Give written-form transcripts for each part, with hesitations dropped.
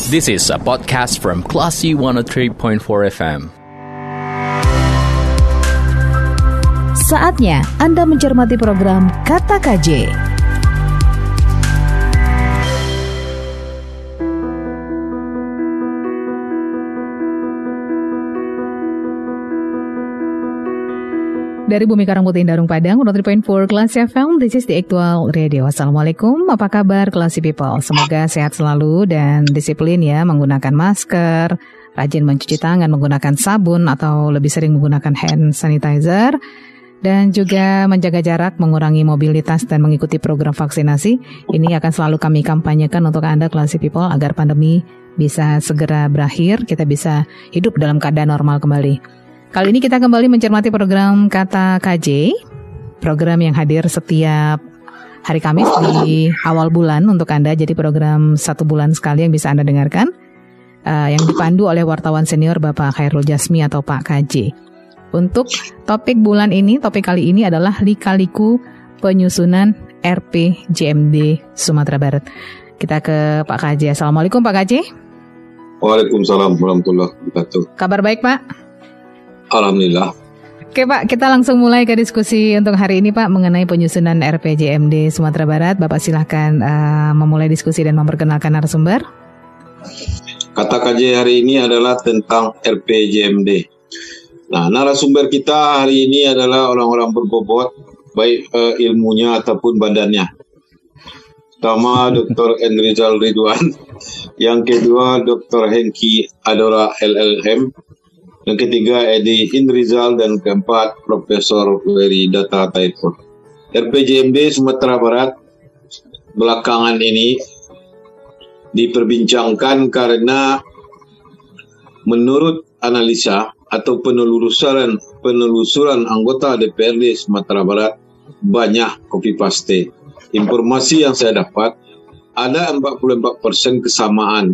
This is a podcast from Classy 103.4 FM. Saatnya Anda mencermati program Kata KJ. Dari Bumi Karangputih Darung Padang, 103.4 Classy FM, this is the actual radio. Assalamualaikum, apa kabar Classy People? Semoga sehat selalu dan disiplin ya, menggunakan masker, rajin mencuci tangan, menggunakan sabun atau lebih sering menggunakan hand sanitizer, dan juga menjaga jarak, mengurangi mobilitas dan mengikuti program vaksinasi. Ini akan selalu kami kampanyekan untuk Anda Classy People agar pandemi bisa segera berakhir, kita bisa hidup dalam keadaan normal kembali. Kali ini kita kembali mencermati program Kata KJ, program yang hadir setiap hari Kamis di awal bulan untuk Anda. Jadi program 1 bulan sekali yang bisa Anda dengarkan, yang dipandu oleh wartawan senior Bapak Khairul Jasmi atau Pak KJ. Untuk topik bulan ini, topik kali ini adalah lika-liku penyusunan RPJMD Sumatera Barat. Kita ke Pak KJ. Assalamualaikum Pak KJ. Waalaikumsalam warahmatullahi wabarakatuh. Kabar baik Pak? Alhamdulillah. Oke Pak, kita langsung mulai ke diskusi untuk hari ini Pak mengenai penyusunan RPJMD Sumatera Barat. Bapak silahkan memulai diskusi dan memperkenalkan narasumber. Kata KJ hari ini adalah tentang RPJMD. Nah, narasumber kita hari ini adalah orang-orang berbobot, baik ilmunya ataupun badannya. Pertama, Dr. Endrizal Ridwan. Yang kedua, Dr. Hengki Adora LLM. Yang ketiga, Edi Indrizal. Dan keempat, Profesor Weri Data Taipur. RPJMD Sumatera Barat belakangan ini diperbincangkan karena menurut analisa atau penelusuran anggota DPRD Sumatera Barat banyak copy paste. Informasi yang saya dapat ada 44% kesamaan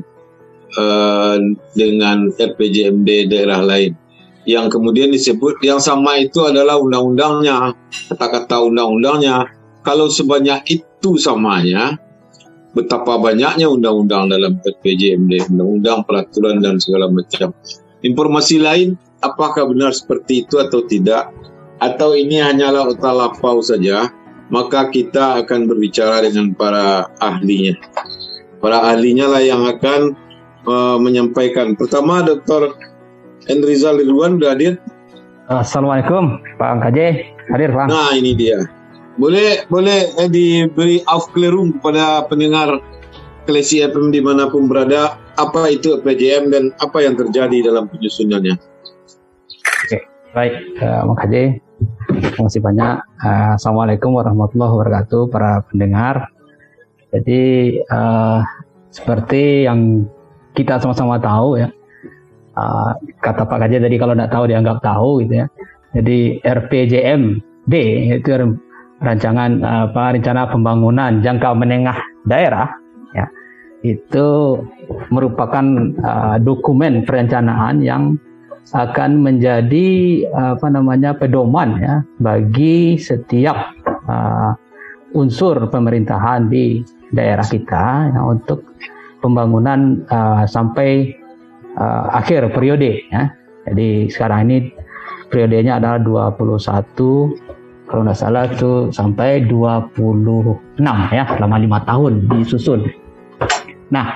dengan RPJMD daerah lain. Yang kemudian disebut yang sama itu adalah undang-undangnya, kata-kata undang-undangnya. Kalau sebanyak itu samanya, betapa banyaknya undang-undang dalam RPJMD, undang-undang, peraturan dan segala macam. Informasi lain, apakah benar seperti itu atau tidak, atau ini hanyalah otak lapau saja, maka kita akan berbicara dengan para ahlinya. Para ahlinya lah yang akan menyampaikan. Pertama, Dr. Endrizal Ridwan sudah hadir. Assalamualaikum, Pak KJ. Hadir, Pak. Nah, ini dia. Boleh diberi aufklärung kepada pendengar Classy FM dimanapun berada, apa itu RPJM dan apa yang terjadi dalam penyusunannya. Oke, baik, Pak KJ. Terima kasih banyak. Assalamualaikum warahmatullahi wabarakatuh, para pendengar. Jadi, seperti yang kita sama-sama tahu ya, kata Pak KJ tadi kalau tidak tahu dianggap tahu gitu ya. Jadi RPJMD itu rencana pembangunan jangka menengah daerah ya. Itu merupakan dokumen perencanaan yang akan menjadi pedoman ya bagi setiap unsur pemerintahan di daerah kita ya, untuk pembangunan sampai akhir periode ya. Jadi sekarang ini periodenya adalah 21 kalau nggak salah itu sampai 26 ya, selama 5 tahun disusun. Nah,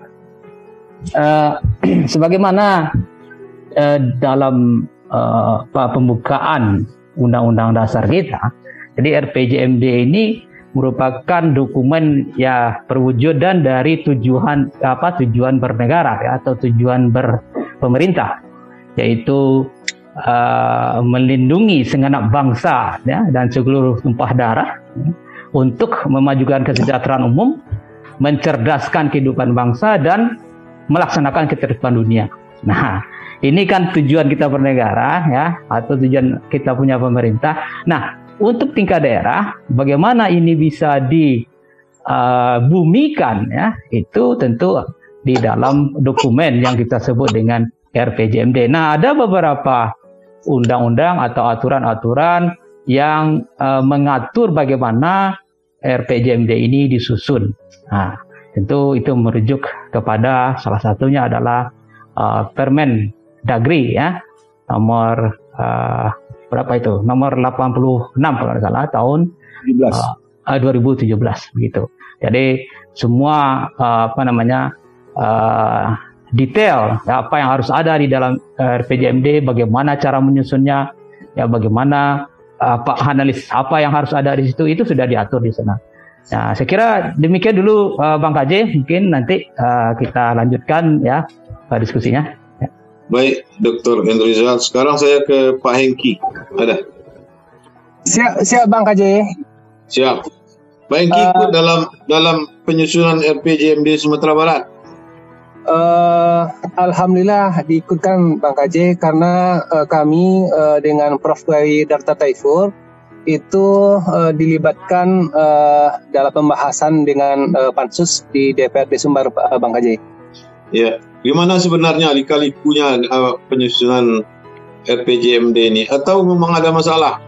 sebagaimana dalam pembukaan Undang-Undang Dasar kita, jadi RPJMD ini merupakan dokumen ya perwujudan dari tujuan bernegara ya, atau tujuan berpemerintah, yaitu melindungi segenap bangsa ya, dan seluruh tumpah darah ya, untuk memajukan kesejahteraan umum, mencerdaskan kehidupan bangsa dan melaksanakan ketertiban dunia. Nah, ini kan tujuan kita bernegara ya, atau tujuan kita punya pemerintah. Nah, untuk tingkat daerah, bagaimana ini bisa dibumikan ya, itu tentu di dalam dokumen yang kita sebut dengan RPJMD. Nah, ada beberapa undang-undang atau aturan-aturan yang mengatur bagaimana RPJMD ini disusun. Nah, tentu itu merujuk kepada salah satunya adalah Permen Dagri ya, nomor berapa itu? Nomor 86 kalau tidak salah tahun 2017 begitu. Jadi semua detail ya, apa yang harus ada di dalam RPJMD, bagaimana cara menyusunnya, ya bagaimana analis apa yang harus ada di situ, itu sudah diatur di sana. Nah, saya kira demikian dulu Bang KJ, mungkin nanti kita lanjutkan ya diskusinya. Ya. Baik, Dr. Hendrizal. Sekarang saya ke Pak Hengki. Ada? Siap Bang KJ. Siap. Pak Hengki ikut dalam penyusunan RPJMD Sumatera Barat. Alhamdulillah diikutkan Bang KJ karena kami dengan Prof. Darta Taifur itu dilibatkan dalam pembahasan dengan pansus di DPRD Sumbar Bang KJ. Ya, gimana sebenarnya lika-likunya penyusunan RPJMD ini, atau memang ada masalah?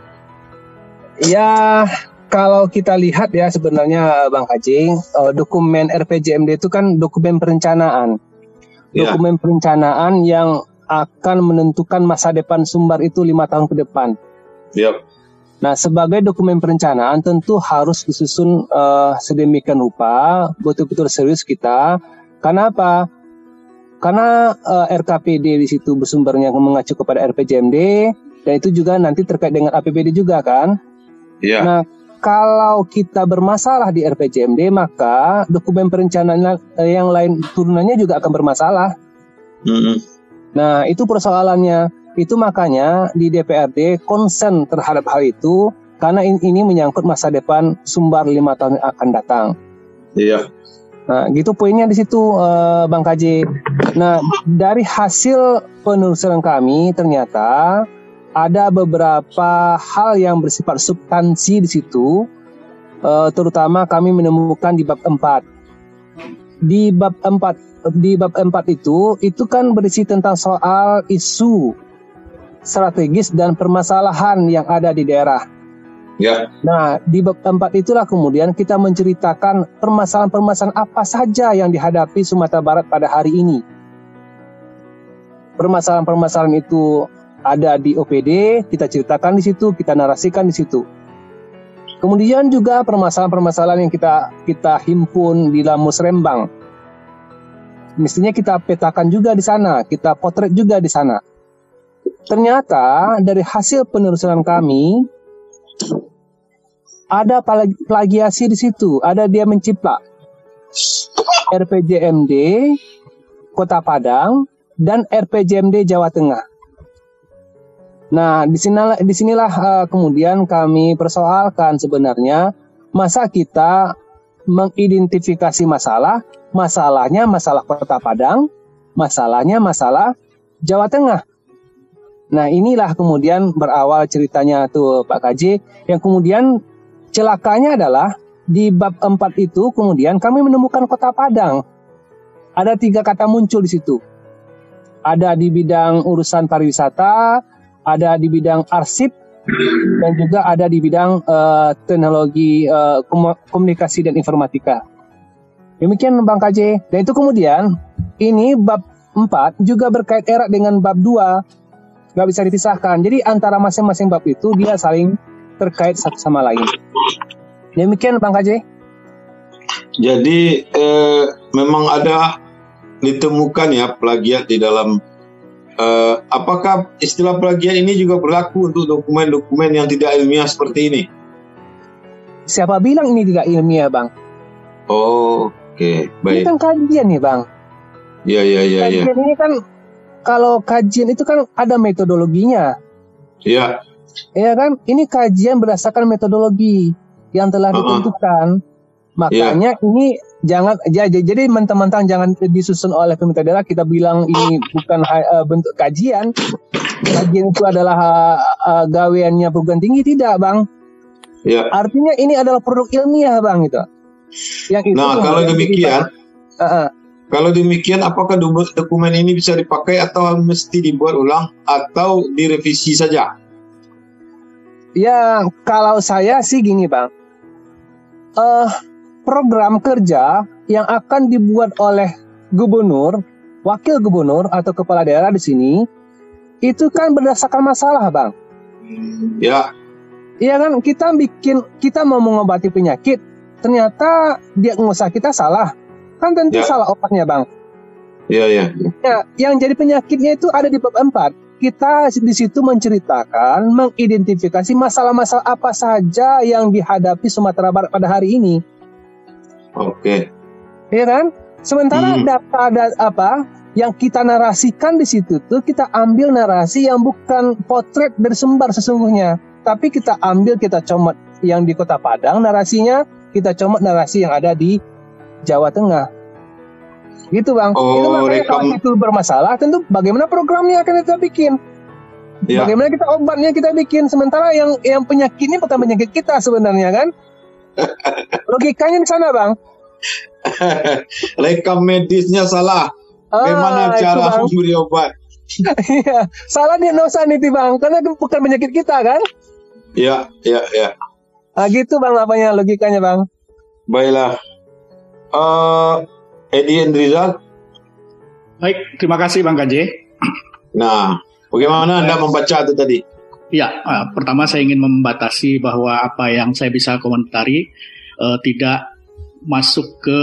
Ya, kalau kita lihat ya sebenarnya Bang KJ, dokumen RPJMD itu kan dokumen perencanaan. Ya. Dokumen perencanaan yang akan menentukan masa depan Sumbar itu 5 tahun ke depan. Yap. Nah, sebagai dokumen perencanaan tentu harus disusun sedemikian rupa, betul-betul serius kita. Karena apa? Karena RKPD di situ bersumbernya mengacu kepada RPJMD, dan itu juga nanti terkait dengan APBD juga kan? Iya. Nah, kalau kita bermasalah di RPJMD, maka dokumen perencanaan yang lain turunannya juga akan bermasalah. Nah, itu persoalannya. Itu makanya di DPRD concern terhadap hal itu, karena ini menyangkut masa depan Sumbar 5 tahun yang akan datang. Iya. Nah, gitu poinnya di situ Bang KJ. Nah, dari hasil penelusuran kami ternyata ada beberapa hal yang bersifat substansi di situ, terutama kami menemukan di bab 4. Di bab 4 itu kan berisi tentang soal isu strategis dan permasalahan yang ada di daerah. Ya. Nah, di bab 4 itulah kemudian kita menceritakan permasalahan-permasalahan apa saja yang dihadapi Sumatera Barat pada hari ini. Permasalahan-permasalahan itu ada di OPD, kita ceritakan di situ, kita narasikan di situ. Kemudian juga permasalahan-permasalahan yang kita himpun di Lamus Rembang. Mestinya kita petakan juga di sana, kita potret juga di sana. Ternyata dari hasil penelusuran kami ada plagiasi di situ, ada dia menciplak RPJMD Kota Padang dan RPJMD Jawa Tengah. Nah, disinilah kemudian kami persoalkan sebenarnya, masa kita mengidentifikasi masalahnya masalah Kota Padang, masalahnya masalah Jawa Tengah. Nah, inilah kemudian berawal ceritanya tuh Pak KJ, yang kemudian celakanya adalah di bab 4 itu kemudian kami menemukan Kota Padang. Ada 3 kata muncul di situ. Ada di bidang urusan pariwisata, ada di bidang arsip, dan juga ada di bidang teknologi komunikasi dan informatika. Demikian Bang KJ. Dan itu kemudian ini bab 4 juga berkait erat dengan bab 2. Nggak bisa dipisahkan. Jadi antara masing-masing bab itu dia saling terkait satu sama lain. Demikian Bang KJ. Jadi memang ada ditemukan ya plagiat di dalam. Apakah istilah plagiat ini juga berlaku untuk dokumen-dokumen yang tidak ilmiah seperti ini? Siapa bilang ini tidak ilmiah, Bang? Oh, oke, baik. Ini kan kajian nih, Bang. Iya. Kajian ini kan, kalau kajian itu kan ada metodologinya. Iya. Iya kan? Ini kajian berdasarkan metodologi yang telah ditentukan. Makanya ini jangan jadi mentang-mentang jangan disusun oleh pemerintah daerah kita bilang ini bukan bentuk kajian. Kajian itu adalah gaweannya perguruan tinggi, tidak, Bang. Ya. Artinya ini adalah produk ilmiah, Bang, itu. Yang itu. Nah, kalau demikian apakah dokumen ini bisa dipakai atau mesti dibuat ulang atau direvisi saja? Ya, kalau saya sih gini, Bang. Program kerja yang akan dibuat oleh gubernur, wakil gubernur atau kepala daerah di sini itu kan berdasarkan masalah, Bang. Ya. Iya kan, kita mau mengobati penyakit, ternyata diagnosa kita salah. Kan tentu salah obatnya, Bang. Iya. Ya, yang jadi penyakitnya itu ada di bab 4. Kita di situ menceritakan, mengidentifikasi masalah-masalah apa saja yang dihadapi Sumatera Barat pada hari ini. Oke. Iya kan? Sementara data yang kita narasikan di situ tuh kita ambil narasi yang bukan potret dari Sumbar sesungguhnya, tapi kita comot yang di Kota Padang narasinya, kita comot narasi yang ada di Jawa Tengah. Gitu, Bang. Itu makanya kalau itu bermasalah, tentu bagaimana programnya akan kita bikin. Ya. Bagaimana kita obatnya kita bikin. Sementara yang penyakit ini bukan penyakit kita sebenarnya kan. Logikanya di sana, Bang. Rekam medisnya salah. Bagaimana cara memberi obat? Iya, salah diagnosa nih, Bang. Karena bukan penyakit kita kan. Iya. Gitu, Bang, apanya logikanya, Bang. Baiklah. Edi Endrizal. Baik, terima kasih Bang KJ. Nah, bagaimana Anda membaca itu tadi? Ya, pertama saya ingin membatasi bahwa apa yang saya bisa komentari tidak masuk ke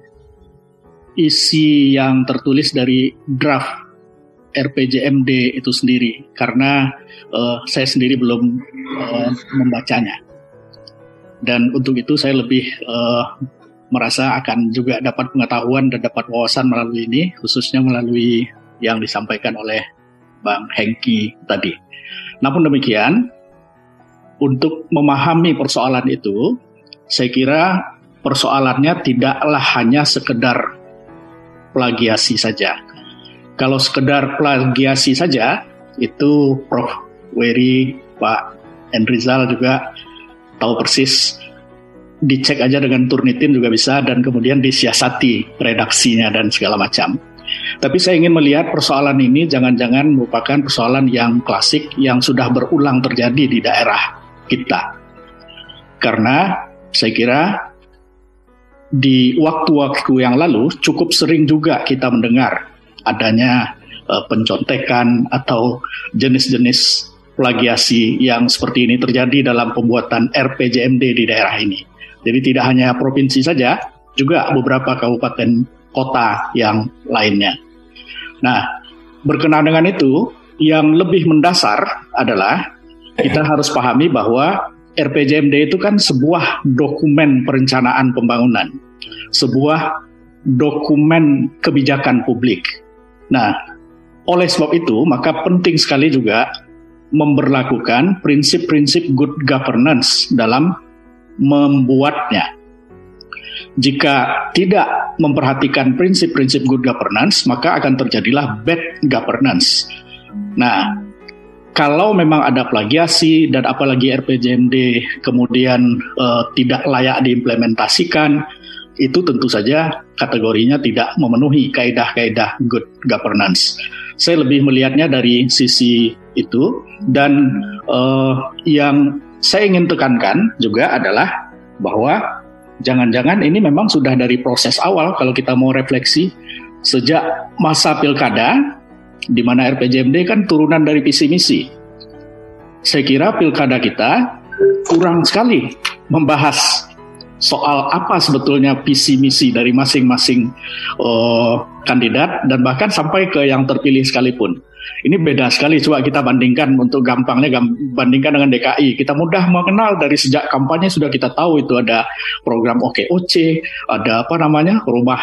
isi yang tertulis dari draft RPJMD itu sendiri, karena saya sendiri belum membacanya. Dan untuk itu saya lebih merasa akan juga dapat pengetahuan dan dapat wawasan melalui ini, khususnya melalui yang disampaikan oleh Bang Hengki tadi. Namun demikian, untuk memahami persoalan itu, saya kira persoalannya tidaklah hanya sekedar plagiasi saja. Kalau sekedar plagiasi saja, itu Prof. Wery, Pak Endrizal juga tahu persis. Dicek aja dengan Turnitin juga bisa, dan kemudian disiasati redaksinya dan segala macam. Tapi saya ingin melihat persoalan ini jangan-jangan merupakan persoalan yang klasik yang sudah berulang terjadi di daerah kita. Karena saya kira di waktu-waktu yang lalu cukup sering juga kita mendengar adanya pencontekan atau jenis-jenis plagiasi yang seperti ini terjadi dalam pembuatan RPJMD di daerah ini. Jadi tidak hanya provinsi saja, juga beberapa kabupaten kota yang lainnya. Nah, berkenaan dengan itu, yang lebih mendasar adalah kita harus pahami bahwa RPJMD itu kan sebuah dokumen perencanaan pembangunan, sebuah dokumen kebijakan publik. Nah, oleh sebab itu, maka penting sekali juga memberlakukan prinsip-prinsip good governance dalam membuatnya. Jika tidak memperhatikan prinsip-prinsip good governance, maka akan terjadilah bad governance. Nah, kalau memang ada plagiasi dan apalagi RPJMD kemudian tidak layak diimplementasikan, itu tentu saja kategorinya tidak memenuhi kaidah-kaidah good governance. Saya lebih melihatnya dari sisi itu, dan yang saya ingin tekankan juga adalah bahwa jangan-jangan ini memang sudah dari proses awal kalau kita mau refleksi sejak masa pilkada, di mana RPJMD kan turunan dari visi misi. Saya kira pilkada kita kurang sekali membahas soal apa sebetulnya visi misi dari masing-masing kandidat dan bahkan sampai ke yang terpilih sekalipun. Ini beda sekali, coba kita bandingkan, untuk gampangnya bandingkan dengan DKI. Kita mudah mengenal dari sejak kampanye sudah kita tahu itu ada program OKOC, ada rumah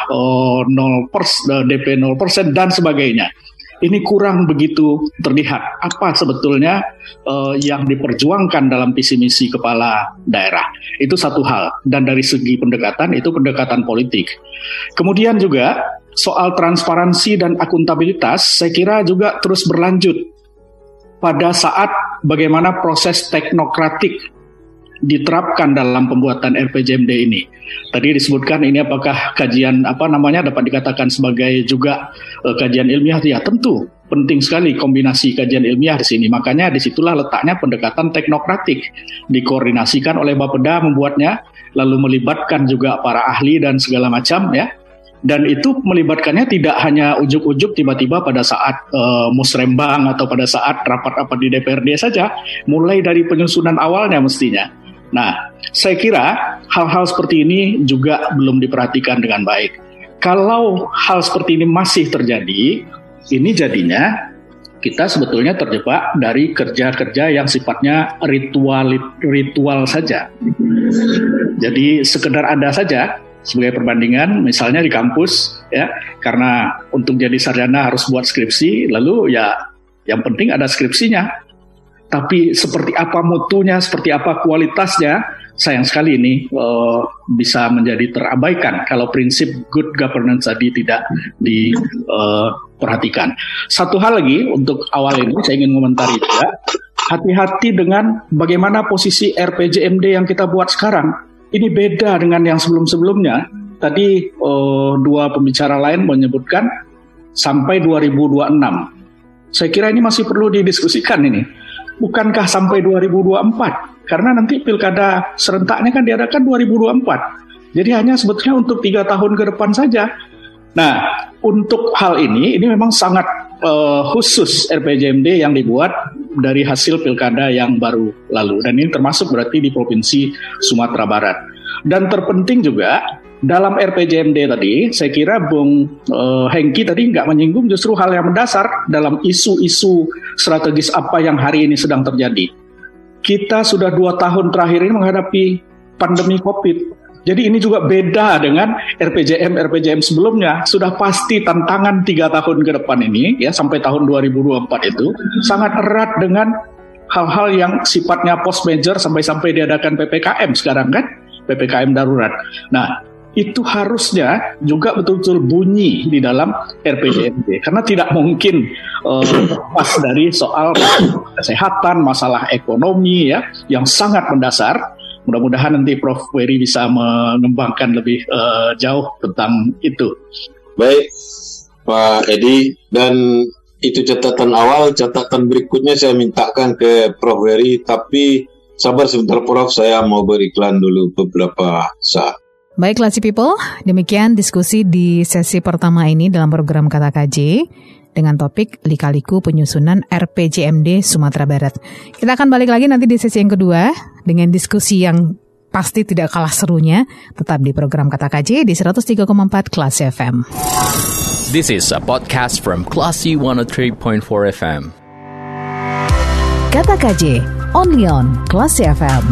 0%, DP 0% dan sebagainya. Ini kurang begitu terlihat apa sebetulnya yang diperjuangkan dalam visi misi kepala daerah. Itu satu hal, dan dari segi pendekatan itu pendekatan politik. Kemudian juga soal transparansi dan akuntabilitas saya kira juga terus berlanjut pada saat bagaimana proses teknokratik diterapkan dalam pembuatan RPJMD ini. Tadi disebutkan ini apakah kajian dapat dikatakan sebagai juga kajian ilmiah? Ya tentu penting sekali kombinasi kajian ilmiah di sini. Makanya disitulah letaknya pendekatan teknokratik. Dikoordinasikan oleh Bapeda membuatnya, lalu melibatkan juga para ahli dan segala macam ya. Dan itu melibatkannya tidak hanya ujuk-ujuk tiba-tiba pada saat musrembang atau pada saat rapat-rapat di DPRD saja, mulai dari penyusunan awalnya mestinya. Nah, saya kira hal-hal seperti ini juga belum diperhatikan dengan baik. Kalau hal seperti ini masih terjadi, ini jadinya kita sebetulnya terjebak dari kerja-kerja yang sifatnya ritual saja. Jadi sekedar ada saja sebagai perbandingan, misalnya di kampus ya, karena untuk jadi sarjana harus buat skripsi, lalu ya yang penting ada skripsinya. Tapi seperti apa mutunya, seperti apa kualitasnya, sayang sekali ini bisa menjadi terabaikan kalau prinsip good governance tadi tidak diperhatikan. Satu hal lagi untuk awal ini saya ingin komentari juga, hati-hati dengan bagaimana posisi RPJMD yang kita buat sekarang. Ini beda dengan yang sebelum-sebelumnya. Tadi dua pembicara lain menyebutkan sampai 2026. Saya kira ini masih perlu didiskusikan ini. Bukankah sampai 2024? Karena nanti pilkada serentaknya kan diadakan 2024. Jadi hanya sebetulnya untuk 3 tahun ke depan saja. Nah, untuk hal ini memang sangat khusus RPJMD yang dibuat dari hasil pilkada yang baru lalu. Dan ini termasuk berarti di Provinsi Sumatera Barat. Dan terpenting juga, dalam RPJMD tadi, saya kira Bung Hengki tadi nggak menyinggung justru hal yang mendasar dalam isu-isu strategis apa yang hari ini sedang terjadi. Kita sudah 2 tahun terakhir ini menghadapi pandemi COVID. Jadi ini juga beda dengan RPJM sebelumnya. Sudah pasti tantangan 3 tahun ke depan ini, ya sampai tahun 2024 itu, sangat erat dengan hal-hal yang sifatnya post major sampai diadakan PPKM sekarang kan, PPKM darurat. Nah, itu harusnya juga betul-betul bunyi di dalam RPJMD. Karena tidak mungkin lepas dari soal kesehatan, masalah ekonomi ya, yang sangat mendasar. Mudah-mudahan nanti Prof. Wery bisa mengembangkan lebih jauh tentang itu. Baik, Pak Edi. Dan itu catatan awal. Catatan berikutnya saya mintakan ke Prof. Wery. Tapi sabar sebentar Prof, saya mau beriklan dulu beberapa saat. Baik, Classy People, demikian diskusi di sesi pertama ini dalam program Kata KJ dengan topik Lika-Liku Penyusunan RPJMD Sumatera Barat. Kita akan balik lagi nanti di sesi yang kedua dengan diskusi yang pasti tidak kalah serunya, tetap di program Kata KJ di 103,4 Classy FM. This is a podcast from Classy 103.4 FM. Kata KJ, only on Classy FM.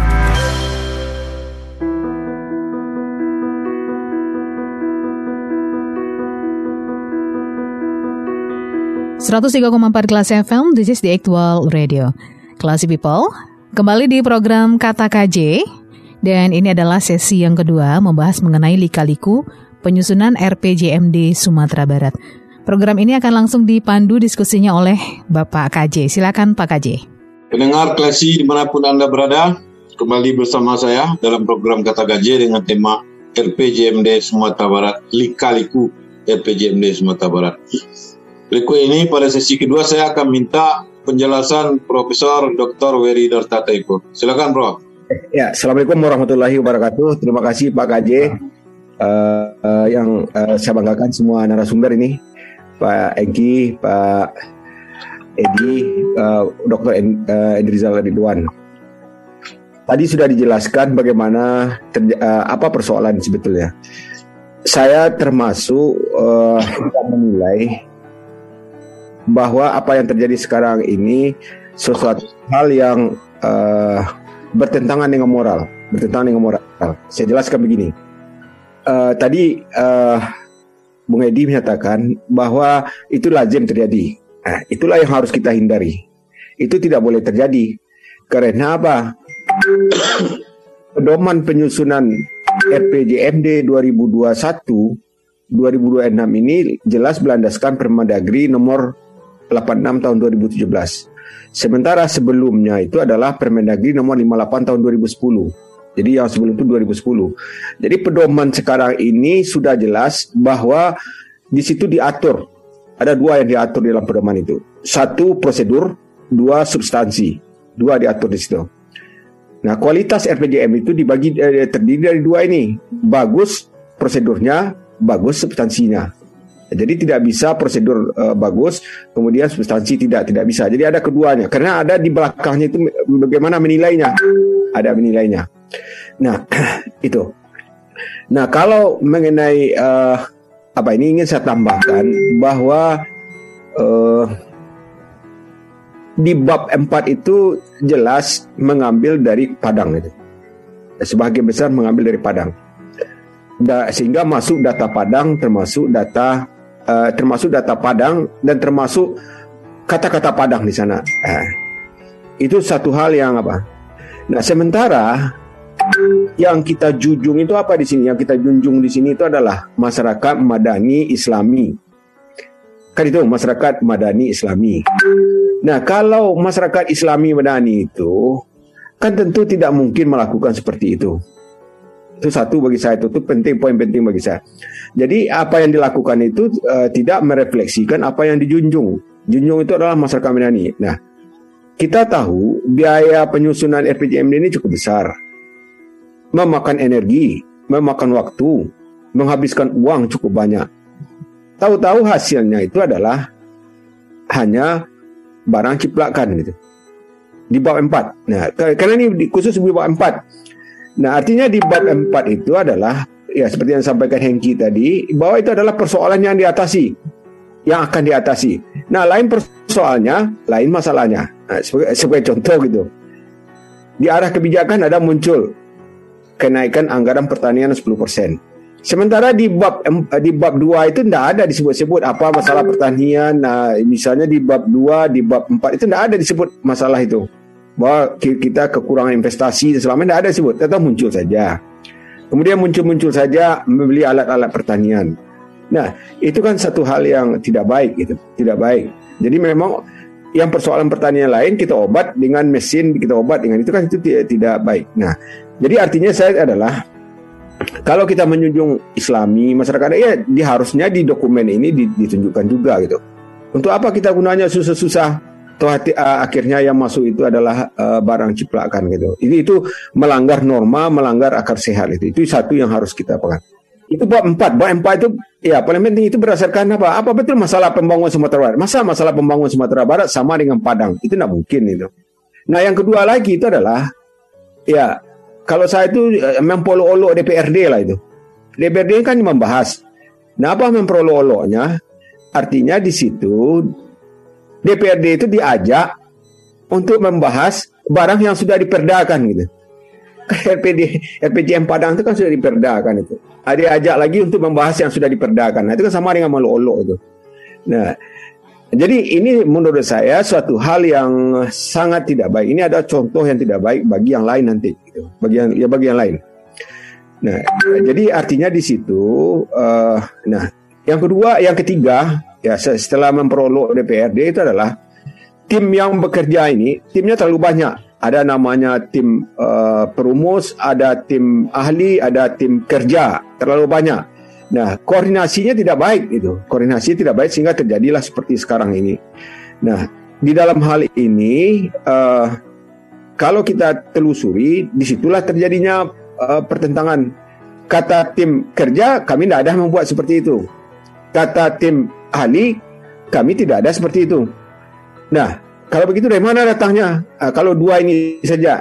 103,4 Classy FM, this is the actual radio. Classy People, kembali di program Kata KJ, dan ini adalah sesi yang kedua membahas mengenai lika-liku penyusunan RPJMD Sumatera Barat. Program ini akan langsung dipandu diskusinya oleh Bapak KJ. Silakan Pak KJ. Pendengar Classy dimanapun Anda berada, kembali bersama saya dalam program Kata KJ dengan tema RPJMD Sumatera Barat, lika-liku RPJMD Sumatera Barat. Berikut ini pada sesi kedua saya akan minta penjelasan Profesor Dr. Wery Dartataipur. Silakan Prof. Ya, Assalamualaikum warahmatullahi wabarakatuh. Terima kasih Pak KJ yang saya banggakan semua narasumber ini, Pak Engki, Pak Edi, Dr. Endrizal Ridwan. Tadi sudah dijelaskan bagaimana apa persoalan sebetulnya. Saya termasuk menilai bahwa apa yang terjadi sekarang ini sesuatu hal yang bertentangan dengan moral. Saya jelaskan begini. Tadi Bung Edi menyatakan bahwa itu lazim terjadi. Nah, itulah yang harus kita hindari. Itu tidak boleh terjadi. Karena apa? Pedoman penyusunan RPJMD 2021-2026 ini jelas berlandaskan Permendagri nomor 86 tahun 2017. Sementara sebelumnya itu adalah Permendagri nomor 58 tahun 2010. Jadi yang sebelum itu 2010. Jadi pedoman sekarang ini sudah jelas bahwa di situ diatur Ada dua yang diatur dalam pedoman itu. Satu prosedur, dua substansi. Dua diatur di situ. Nah, kualitas RPJM itu terdiri dari dua ini. Bagus prosedurnya, bagus substansinya. Jadi tidak bisa prosedur bagus, kemudian substansi tidak bisa. Jadi ada keduanya. Karena ada di belakangnya itu bagaimana menilainya. Ada menilainya. Nah, itu. Nah, kalau mengenai ini ingin saya tambahkan bahwa di bab 4 itu jelas mengambil dari Padang itu. Sebagian besar mengambil dari Padang. Sehingga masuk data Padang termasuk data Padang dan termasuk kata-kata Padang di sana. Itu satu hal yang apa? Nah, sementara yang kita junjung itu apa di sini? Yang kita junjung di sini itu adalah masyarakat madani Islami. Kan itu masyarakat madani Islami. Nah, kalau masyarakat Islami madani itu kan tentu tidak mungkin melakukan seperti itu. Itu satu bagi saya, itu penting, poin penting bagi saya. Jadi apa yang dilakukan itu tidak merefleksikan apa yang dijunjung. Junjung itu adalah masyarakat madani. Nah, kita tahu biaya penyusunan RPJMD ini cukup besar. Memakan energi, memakan waktu, menghabiskan uang cukup banyak. Tahu-tahu hasilnya itu adalah hanya barang ciplakan gitu. Di bab 4. Nah, karena ini khusus di bab 4. Nah, artinya di bab 4 itu adalah ya seperti yang disampaikan Hengki tadi, bahwa itu adalah persoalan yang diatasi, yang akan diatasi. Nah, lain persoalannya, lain masalahnya. Nah, sebagai contoh gitu. Di arah kebijakan ada muncul kenaikan anggaran pertanian 10%. Sementara di bab 2 itu tidak ada disebut-sebut apa masalah pertanian. Nah, misalnya di bab 2, di bab 4 itu tidak ada disebut masalah itu. Bahwa kita kekurangan investasi selama ini tidak ada disebut, tetap muncul saja. Kemudian muncul saja membeli alat-alat pertanian. Nah, itu kan satu hal yang tidak baik gitu, tidak baik. Jadi memang yang persoalan pertanian lain kita obat dengan mesin, kita obat dengan itu kan itu tidak baik. Nah, jadi artinya saya adalah kalau kita menjunjung Islami, masyarakat ya harusnya di dokumen ini ditunjukkan juga gitu. Untuk apa kita gunanya susah-susah? Toh akhirnya yang masuk itu adalah barang ciplakan gitu. Itu melanggar norma, melanggar akar sehat itu. Itu satu yang harus kita pegang. Itu bab 4. Bab 4 itu ya paling penting itu berdasarkan apa? Apa betul masalah pembangunan Sumatera Barat? Masa masalah pembangunan Sumatera Barat sama dengan Padang? Itu tidak mungkin itu. Nah, yang kedua lagi itu adalah ya kalau saya itu memperolok DPRD lah itu. DPRD kan membahas. Nah, apa memperolok-oloknya? Artinya di situ DPRD itu diajak untuk membahas barang yang sudah diperdakan gitu. RPJM Padang itu kan sudah diperdakan itu. Diajak lagi untuk membahas yang sudah diperdakan. Nah, itu kan sama dengan melolok itu. Nah, jadi ini menurut saya suatu hal yang sangat tidak baik. Ini ada contoh yang tidak baik bagi yang lain nanti, gitu. bagi yang lain. Nah, jadi artinya di situ. Nah, yang ketiga, ya setelah memperolok DPRD itu adalah tim yang bekerja ini, timnya terlalu banyak. Ada namanya tim perumus, ada tim ahli, ada tim kerja, terlalu banyak. Nah, koordinasinya tidak baik itu. Koordinasi tidak baik sehingga terjadilah seperti sekarang ini. Nah, di dalam hal ini kalau kita telusuri, disitulah terjadinya pertentangan. Kata tim kerja, kami tidak ada membuat seperti itu. Kata tim ahli, kami tidak ada seperti itu. Nah, kalau begitu dari mana datangnya? Kalau dua ini saja,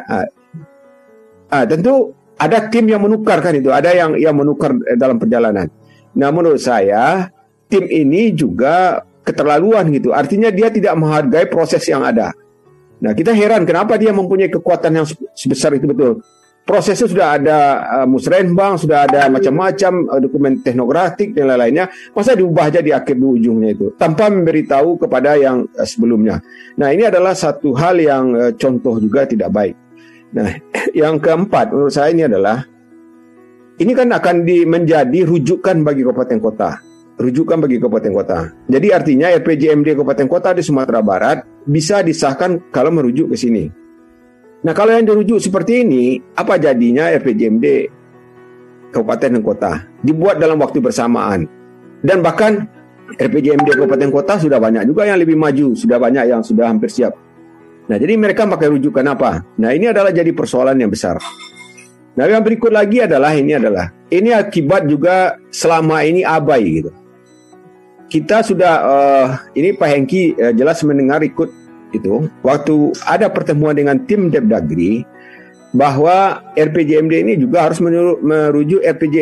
tentu ada tim yang menukarkan itu, ada yang menukar dalam perjalanan. Nah, menurut saya tim ini juga keterlaluan gitu. Artinya dia tidak menghargai proses yang ada. Nah, kita heran kenapa dia mempunyai kekuatan yang sebesar itu betul. Prosesnya sudah ada musrenbang, sudah ada macam-macam dokumen teknokratik dan lain-lainnya. Masa diubah aja di akhir di ujungnya itu tanpa memberitahu kepada yang sebelumnya. Nah, ini adalah satu hal yang contoh juga tidak baik. Nah, yang keempat menurut saya ini adalah ini kan akan menjadi rujukan bagi kabupaten kota. Rujukan bagi kabupaten kota. Jadi artinya RPJMD kabupaten kota di Sumatera Barat bisa disahkan kalau merujuk ke sini. Nah, kalau yang dirujuk seperti ini, apa jadinya RPJMD kabupaten dan kota? Dibuat dalam waktu bersamaan. Dan bahkan RPJMD kabupaten kota sudah banyak juga yang lebih maju, sudah banyak yang sudah hampir siap. Nah, jadi mereka pakai rujukan apa? Nah, ini adalah jadi persoalan yang besar. Nah, yang berikut lagi adalah ini akibat juga selama ini abai gitu. Kita sudah ini Pak Hengki jelas mendengar ikut itu waktu ada pertemuan dengan tim Depdagri bahwa RPJMD ini juga harus merujuk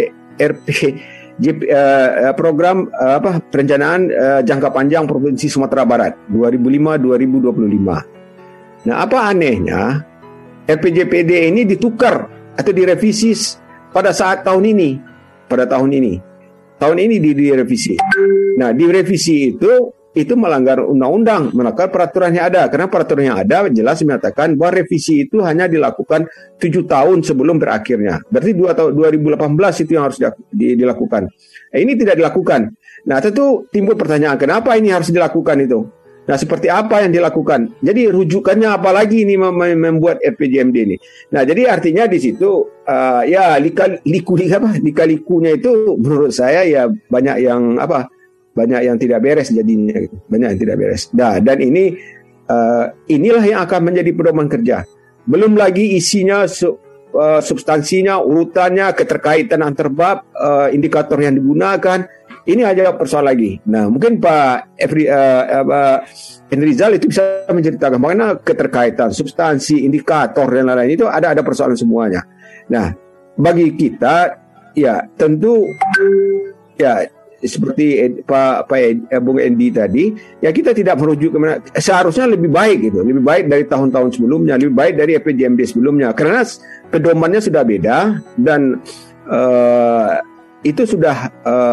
program perencanaan jangka panjang Provinsi Sumatera Barat 2005-2025. Nah, apa anehnya RPJPD ini ditukar atau direvisi pada saat tahun ini. Tahun ini direvisi. Nah, direvisi itu melanggar undang-undang, melanggar peraturan yang ada. Karena peraturan yang ada jelas menyatakan bahwa revisi itu hanya dilakukan 7 tahun sebelum berakhirnya. Berarti 2018 itu yang harus dilakukan. Ini tidak dilakukan. Nah, tentu timbul pertanyaan, kenapa ini harus dilakukan itu? Nah, seperti apa yang dilakukan? Jadi rujukannya apa lagi ini membuat RPJMD ini? Nah, jadi artinya di situ lika-likunya itu menurut saya ya banyak yang tidak beres jadinya gitu. Banyak yang tidak beres. Nah, dan inilah yang akan menjadi pedoman kerja. Belum lagi isinya, substansinya, urutannya, keterkaitan antar bab, indikator yang digunakan. Ini aja persoalan lagi. Nah, mungkin Pak Henry Rizal itu bisa menceritakan bagaimana keterkaitan substansi, indikator dan lain-lain itu ada persoalan semuanya. Nah, bagi kita ya tentu ya seperti Pak Bung Endi tadi, ya kita tidak merujuk kemana. Seharusnya lebih baik gitu, lebih baik dari tahun-tahun sebelumnya, lebih baik dari RPJMD sebelumnya, karena pedomannya sudah beda dan itu sudah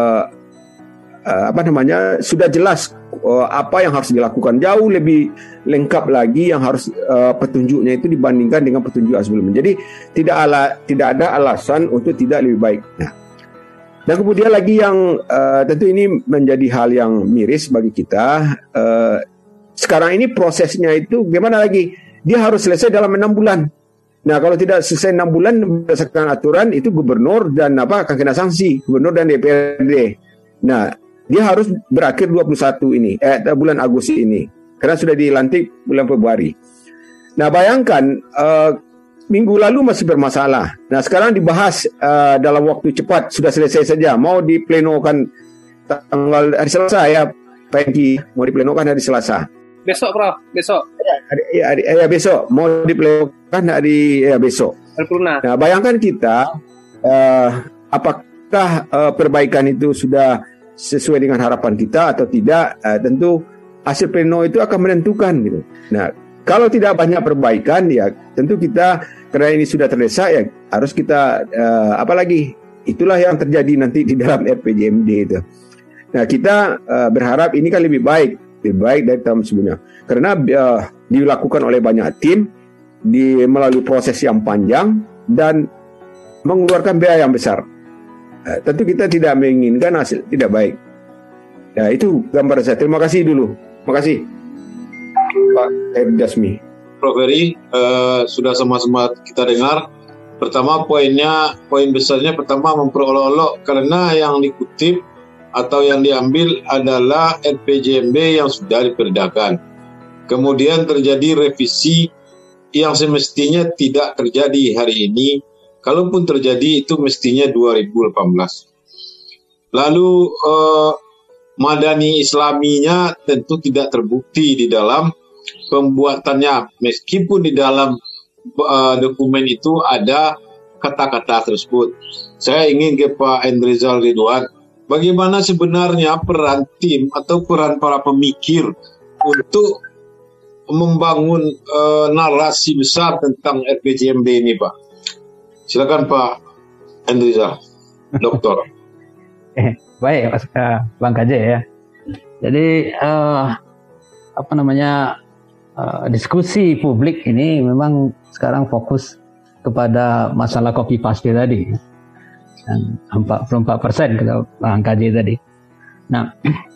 sudah jelas apa yang harus dilakukan, jauh lebih lengkap lagi yang harus petunjuknya itu dibandingkan dengan petunjuk sebelumnya. Jadi tidak ada alasan untuk tidak lebih baik. Nah, dan kemudian lagi yang tentu ini menjadi hal yang miris bagi kita. Sekarang ini prosesnya itu gimana lagi? Dia harus selesai dalam 6 bulan. Nah, kalau tidak selesai 6 bulan berdasarkan aturan itu gubernur dan akan kena sanksi, gubernur dan DPRD. Nah, dia harus berakhir 21 ini, bulan Agustus ini, karena sudah dilantik bulan Februari. Nah, bayangkan minggu lalu masih bermasalah. Nah, sekarang dibahas dalam waktu cepat, sudah selesai saja. Mau diplenokan hari Selasa ya, Pak Hengki, mau diplenokan hari Selasa. Besok, Prof. Besok. Ya, besok. Mau diplenokan hari besok. Nah, bayangkan kita, apakah perbaikan itu sudah sesuai dengan harapan kita atau tidak? Tentu hasil pleno itu akan menentukan gitu. Nah, kalau tidak banyak perbaikan ya tentu kita, karena ini sudah terdesak ya harus kita apalagi itulah yang terjadi nanti di dalam RPJMD itu. Nah, kita berharap ini kan lebih baik dari tahun sebelumnya, karena dilakukan oleh banyak tim, melalui proses yang panjang dan mengeluarkan biaya yang besar. Tentu kita tidak menginginkan hasil tidak baik. Nah, itu gambar saya. Terima kasih dulu. Terima kasih Pak Dasmi. Prof. Heri, sudah sama-sama kita dengar. Pertama poin besarnya pertama memperolok-olok, karena yang dikutip atau yang diambil adalah RPJMD yang sudah diperdakan. Kemudian terjadi revisi yang semestinya tidak terjadi hari ini. Kalaupun terjadi itu mestinya 2018. Lalu Madani Islaminya tentu tidak terbukti di dalam pembuatannya, meskipun di dalam dokumen itu ada kata-kata tersebut. Saya ingin ke Pak Endrizal Ridwan, bagaimana sebenarnya peran tim atau peran para pemikir untuk membangun narasi besar tentang RPJMD ini, Pak? Silakan Pak Endrizal, Doktor. Baik, Bang KJ ya. Jadi diskusi publik ini memang sekarang fokus kepada masalah copy paste tadi, yang 44% kata Bang KJ tadi. Nah,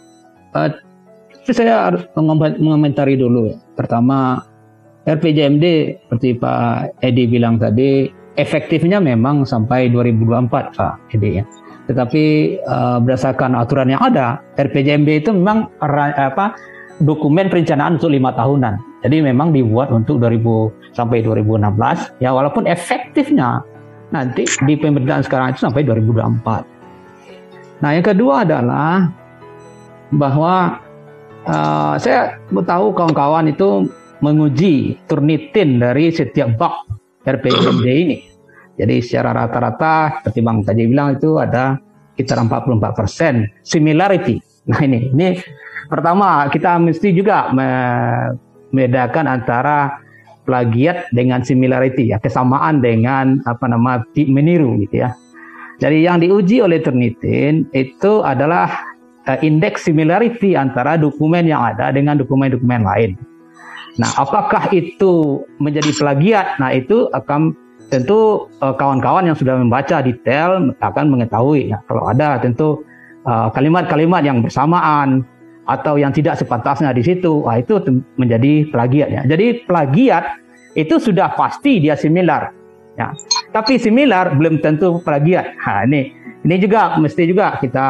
saya harus mengomentari dulu. Pertama, RPJMD seperti Pak Edi bilang tadi, efektifnya memang sampai 2024 Pak Edi ya. Tetapi berdasarkan aturan yang ada, RPJMD itu memang dokumen perencanaan untuk 5 tahunan. Jadi memang dibuat untuk 2000 sampai 2016 ya, walaupun efektifnya nanti di pemerintahan sekarang itu sampai 2024. Nah, yang kedua adalah bahwa saya tahu kawan-kawan itu menguji Turnitin dari setiap bab RPJMD ini. Jadi secara rata-rata seperti Bang tadi bilang itu ada sekitar 44% similarity. Nah ini pertama kita mesti juga membedakan antara plagiat dengan similarity ya, kesamaan dengan meniru gitu ya. Jadi yang diuji oleh Turnitin itu adalah indeks similarity antara dokumen yang ada dengan dokumen-dokumen lain. Nah, apakah itu menjadi plagiat? Nah, itu akan tentu kawan-kawan yang sudah membaca detail akan mengetahui ya. Kalau ada tentu kalimat-kalimat yang bersamaan atau yang tidak sepantasnya di situ, itu menjadi plagiat ya. Jadi plagiat itu sudah pasti dia similar ya. Tapi similar belum tentu plagiat. Nah, ini juga mesti juga kita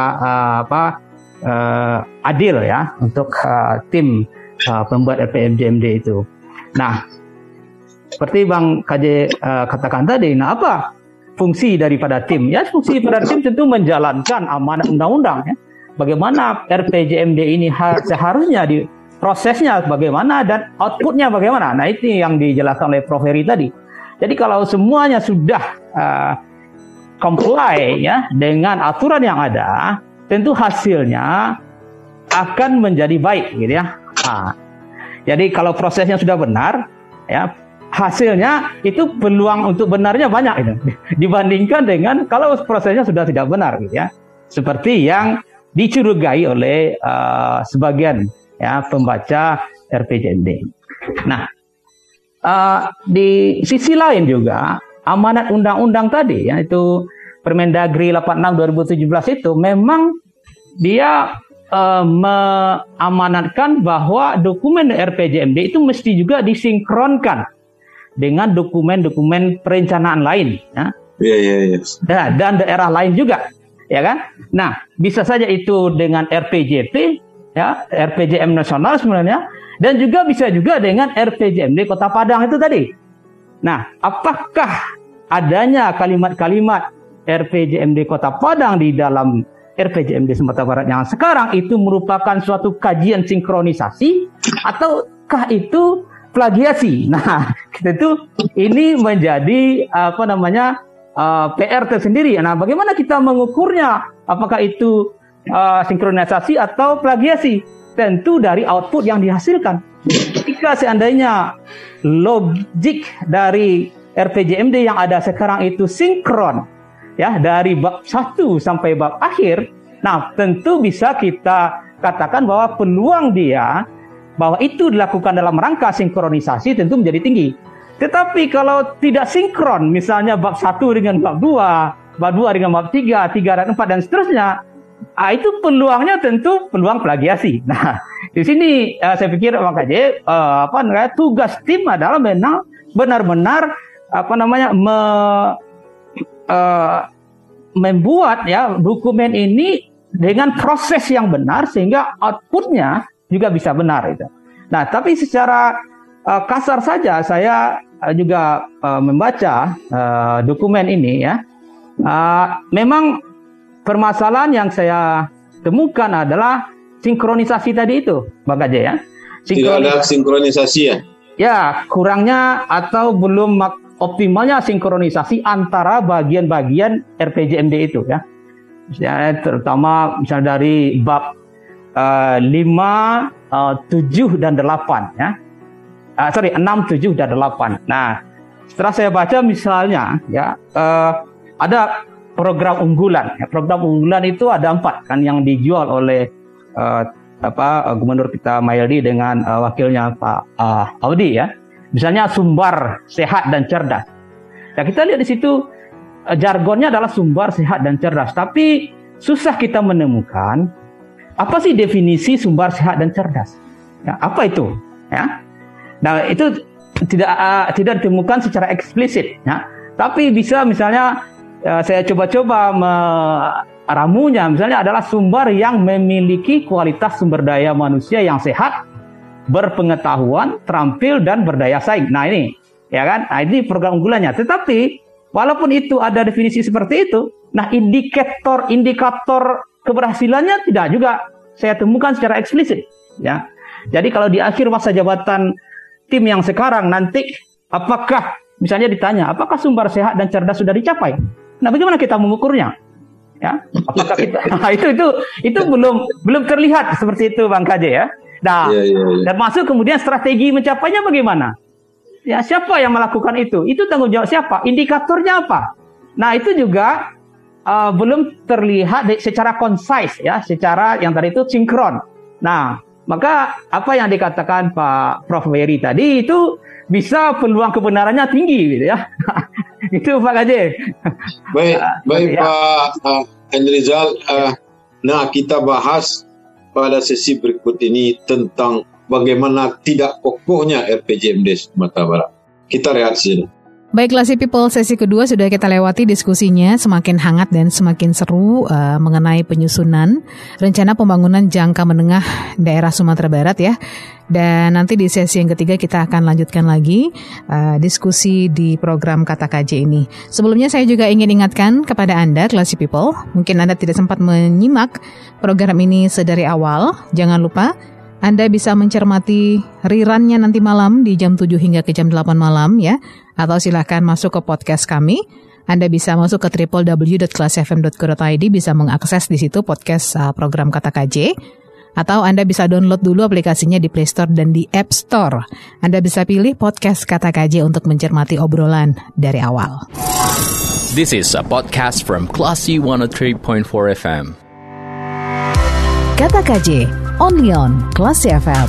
adil ya untuk tim pembuat RPJMD itu. Nah, seperti Bang KJ katakan tadi, nah apa fungsi daripada tim? Ya, fungsi pada tim tentu menjalankan amanat undang-undang ya. Bagaimana RPJMD ini seharusnya di prosesnya bagaimana dan outputnya bagaimana. Nah, itu yang dijelaskan oleh Prof. Heri tadi. Jadi kalau semuanya sudah comply ya dengan aturan yang ada, tentu hasilnya akan menjadi baik gitu ya. Nah, jadi kalau prosesnya sudah benar ya, hasilnya itu peluang untuk benarnya banyak itu dibandingkan dengan kalau prosesnya sudah tidak benar gitu ya. Seperti yang dicurigai oleh sebagian ya pembaca RPJMD. Nah, di sisi lain juga amanat undang-undang tadi ya, itu Permendagri 86 2017 itu memang dia mengamanatkan bahwa dokumen RPJMD itu mesti juga disinkronkan dengan dokumen-dokumen perencanaan lain ya. Yes. Dan daerah lain juga ya kan. Nah, bisa saja itu dengan RPJP ya, RPJM nasional sebenarnya, dan juga bisa juga dengan RPJMD Kota Padang itu tadi. Nah, apakah adanya kalimat-kalimat RPJMD Kota Padang di dalam RPJMD Sumatera Barat yang sekarang itu merupakan suatu kajian sinkronisasi ataukah itu plagiasi? Nah, tentu ini menjadi PR tersendiri. Nah, bagaimana kita mengukurnya? Apakah itu sinkronisasi atau plagiasi? Tentu dari output yang dihasilkan. Jika seandainya logik dari RPJMD yang ada sekarang itu sinkron ya dari bab 1 sampai bab akhir, nah tentu bisa kita katakan bahwa peluang dia bahwa itu dilakukan dalam rangka sinkronisasi tentu menjadi tinggi. Tetapi kalau tidak sinkron, misalnya bab 1 dengan bab 2, bab 2 dengan bab 3, 3 dan 4 dan seterusnya, itu peluangnya tentu peluang plagiasi. Nah, di sini saya pikir makanya tugas tim adalah benar-benar membuat ya dokumen ini dengan proses yang benar sehingga outputnya juga bisa benar itu. Nah, tapi secara kasar saja saya juga membaca dokumen ini ya. Memang permasalahan yang saya temukan adalah sinkronisasi tadi itu, Bang Kaje ya. Tidak ada sinkronisasi ya? Ya, kurangnya atau belum optimalnya sinkronisasi antara bagian-bagian RPJMD itu ya. Misalnya, terutama misalnya dari bab 5, 7 dan 8 ya. 6, 7 dan 8. Nah, setelah saya baca misalnya ya ada program unggulan. Ya, program unggulan itu ada 4 kan yang dijual oleh Gubernur kita Mahyildi dengan wakilnya Pak Audi ya. Misalnya sumber sehat dan cerdas. Nah, kita lihat di situ jargonnya adalah sumber sehat dan cerdas, tapi susah kita menemukan apa sih definisi sumber sehat dan cerdas. Ya, apa itu? Ya. Nah, itu tidak ditemukan secara eksplisit ya. Tapi bisa misalnya saya coba-coba meramunya, misalnya adalah sumber yang memiliki kualitas sumber daya manusia yang sehat, berpengetahuan, terampil, dan berdaya saing. Nah ini, ya kan? Nah, ini program unggulannya. Tetapi walaupun itu ada definisi seperti itu, nah indikator keberhasilannya tidak juga saya temukan secara eksplisit. Ya, jadi kalau di akhir masa jabatan tim yang sekarang nanti, apakah misalnya ditanya, apakah sumber sehat dan cerdas sudah dicapai? Nah, bagaimana kita mengukurnya? Ya, apakah kita? Nah, itu belum terlihat seperti itu, Bang KJ ya. Nah, dan masuk kemudian strategi mencapainya bagaimana? Ya, siapa yang melakukan itu? Itu tanggung jawab siapa? Indikatornya apa? Nah, itu juga belum terlihat secara concise ya, secara yang tadi itu sinkron. Nah, maka apa yang dikatakan Pak Prof. Wery tadi itu bisa peluang kebenarannya tinggi gitu ya. Itu Pak KJ. Baik ya. Pak Endrizal. Nah, kita bahas pada sesi berikut ini tentang bagaimana tidak kokohnya RPJMD Sumatera Barat. Kita lihat sini. Baik, Classy People, sesi kedua sudah kita lewati diskusinya semakin hangat dan semakin seru mengenai penyusunan rencana pembangunan jangka menengah daerah Sumatera Barat ya. Dan nanti di sesi yang ketiga kita akan lanjutkan lagi diskusi di program Kata KJ ini. Sebelumnya saya juga ingin ingatkan kepada Anda, Classy People, mungkin Anda tidak sempat menyimak program ini sedari awal, jangan lupa Anda bisa mencermati rerunnya nanti malam di jam 7 hingga ke jam 8 malam ya. Atau silahkan masuk ke podcast kami. Anda bisa masuk ke www.classfm.co.id, bisa mengakses di situ podcast program Kata KJ. Atau Anda bisa download dulu aplikasinya di Play Store dan di App Store. Anda bisa pilih podcast Kata KJ untuk mencermati obrolan dari awal. This is a podcast from Classy 103.4 FM. Kata KJ, only on Classy FM.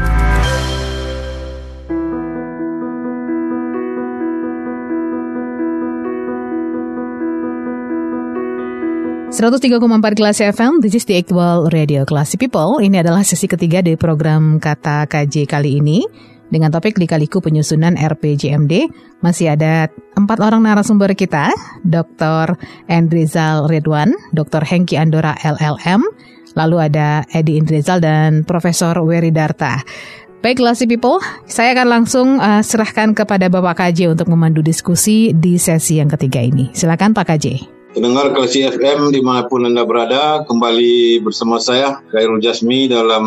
103,4 Classy FM, this is the actual radio Classy People. Ini adalah sesi ketiga dari program Kata KJ kali ini. Dengan topik Lika-Liku Penyusunan RPJMD. Masih ada 4 orang narasumber kita, Dr. Endrizal Ridwan, Dr. Hengki Andora LLM, lalu ada Edi Indrizal dan Profesor Wery Darta. Baik, Classy People, saya akan langsung serahkan kepada Bapak KJ untuk memandu diskusi di sesi yang ketiga ini. Silakan Pak KJ. Pendengar Classy FM dimanapun Anda berada, kembali bersama saya Khairul Jasmi dalam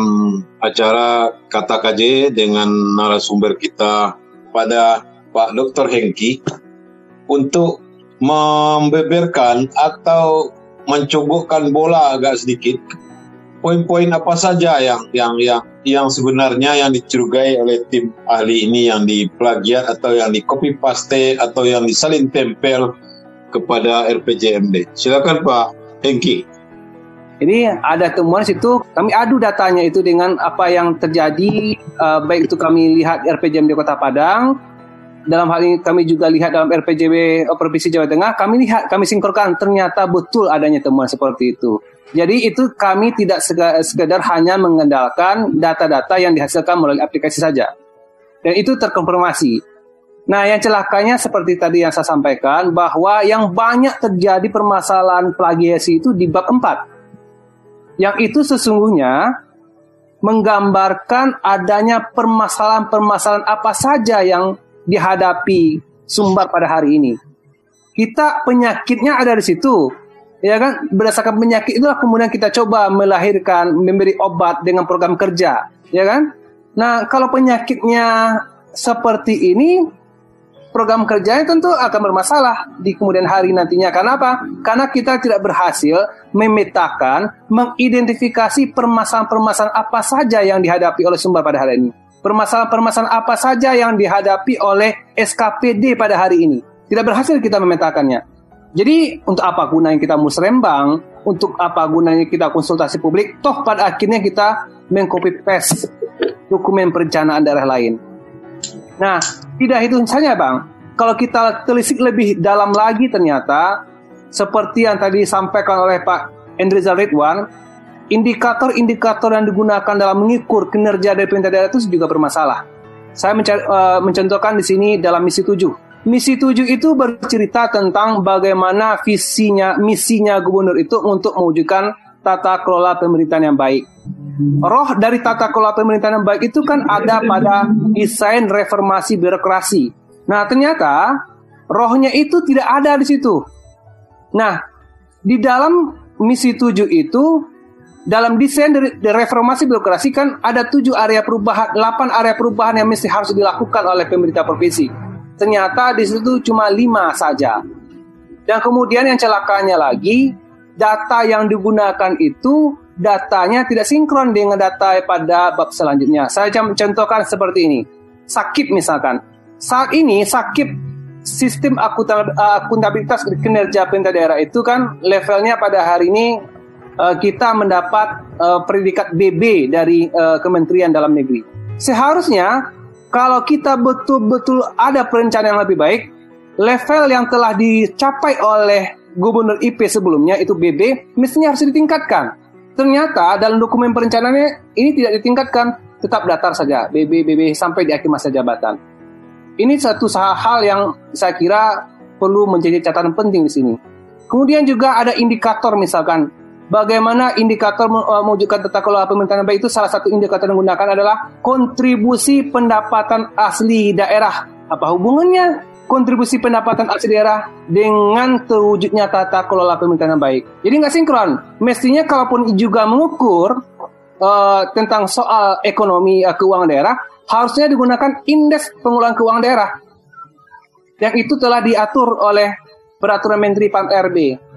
acara Kata KJ dengan narasumber kita pada Pak Dr. Hengki untuk membeberkan atau mencobokkan bola agak sedikit poin-poin apa saja yang sebenarnya yang dicurigai oleh tim ahli ini, yang diplagiat atau yang di copy paste atau yang disalin tempel kepada RPJMD. Silakan Pak Hengki. Ini ada temuan situ, kami adu datanya itu dengan apa yang terjadi, baik itu kami lihat RPJMD Kota Padang, dalam hal ini kami juga lihat dalam RPJB Provinsi Jawa Tengah, kami sinkronkan ternyata betul adanya temuan seperti itu. Jadi itu kami tidak sekedar hanya mengandalkan data-data yang dihasilkan melalui aplikasi saja. Dan itu terkonfirmasi. Nah, yang celakanya seperti tadi yang saya sampaikan, bahwa yang banyak terjadi permasalahan plagiasi itu di bab 4. Yang itu sesungguhnya menggambarkan adanya permasalahan-permasalahan apa saja yang dihadapi Sumbar pada hari ini. Kita penyakitnya ada di situ. Ya kan? Berdasarkan penyakit itulah kemudian kita coba melahirkan, memberi obat dengan program kerja. Ya kan? Nah, kalau penyakitnya seperti ini, program kerjanya tentu akan bermasalah di kemudian hari nantinya. Karena apa? Karena kita tidak berhasil memetakan, mengidentifikasi permasalahan-permasalahan apa saja yang dihadapi oleh Sumbar pada hari ini. Permasalahan-permasalahan apa saja yang dihadapi oleh SKPD pada hari ini. Tidak berhasil kita memetakannya. Jadi untuk apa gunanya kita musrembang? Untuk apa gunanya kita konsultasi publik? Toh pada akhirnya kita meng-copy paste dokumen perencanaan daerah lain. Nah, tidak itu saja Bang. Kalau kita telisik lebih dalam lagi ternyata, seperti yang tadi disampaikan oleh Pak Endrizal Ridwan, indikator-indikator yang digunakan dalam mengukur kinerja dari pemerintah daerah itu juga bermasalah. Saya mencontohkan di sini dalam misi 7. Misi 7 itu bercerita tentang bagaimana misinya gubernur itu untuk mewujudkan tata kelola pemerintahan yang baik. Roh dari tata kelola pemerintahan yang baik itu kan ada pada desain reformasi birokrasi. Nah, ternyata rohnya itu tidak ada di situ. Nah, di dalam misi 7 itu, dalam desain dari reformasi birokrasi kan ada 8 area perubahan yang mesti harus dilakukan oleh pemerintah provinsi. Ternyata di situ cuma 5 saja. Dan kemudian yang celakanya lagi, data yang digunakan itu datanya tidak sinkron dengan data pada bab selanjutnya. Saya contohkan seperti ini. Sakip misalkan. Saat ini Sakip sistem akuntabilitas kinerja pemerintah daerah itu kan levelnya pada hari ini kita mendapat predikat BB dari Kementerian Dalam Negeri. Seharusnya kalau kita betul-betul ada perencanaan yang lebih baik, level yang telah dicapai oleh Gubernur IP sebelumnya itu BB mestinya harus ditingkatkan. Ternyata dalam dokumen perencanaannya ini tidak ditingkatkan, tetap datar saja BB sampai di akhir masa jabatan. Ini satu hal yang saya kira perlu menjadi catatan penting di sini. Kemudian juga ada indikator misalkan, bagaimana indikator mewujudkan tata kelola pemerintahan baik itu salah satu indikator yang digunakan adalah kontribusi pendapatan asli daerah. Apa hubungannya kontribusi pendapatan asli daerah dengan terwujudnya tata kelola pemerintahan baik? Jadi nggak sinkron. Mestinya kalaupun juga mengukur tentang soal ekonomi keuangan daerah, harusnya digunakan indeks pengelolaan keuangan daerah. Yang itu telah diatur oleh Peraturan Menteri PAN-RB.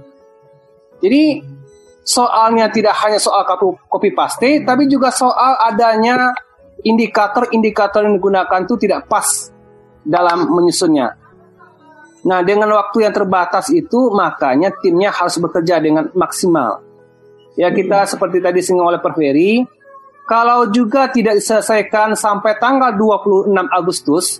Jadi soalnya tidak hanya soal copy paste, tapi juga soal adanya indikator-indikator yang digunakan itu tidak pas dalam menyusunnya. Nah, dengan waktu yang terbatas itu, makanya timnya harus bekerja dengan maksimal. Ya, kita seperti tadi disinggung oleh Prof. Ferry, kalau juga tidak diselesaikan sampai tanggal 26 Agustus,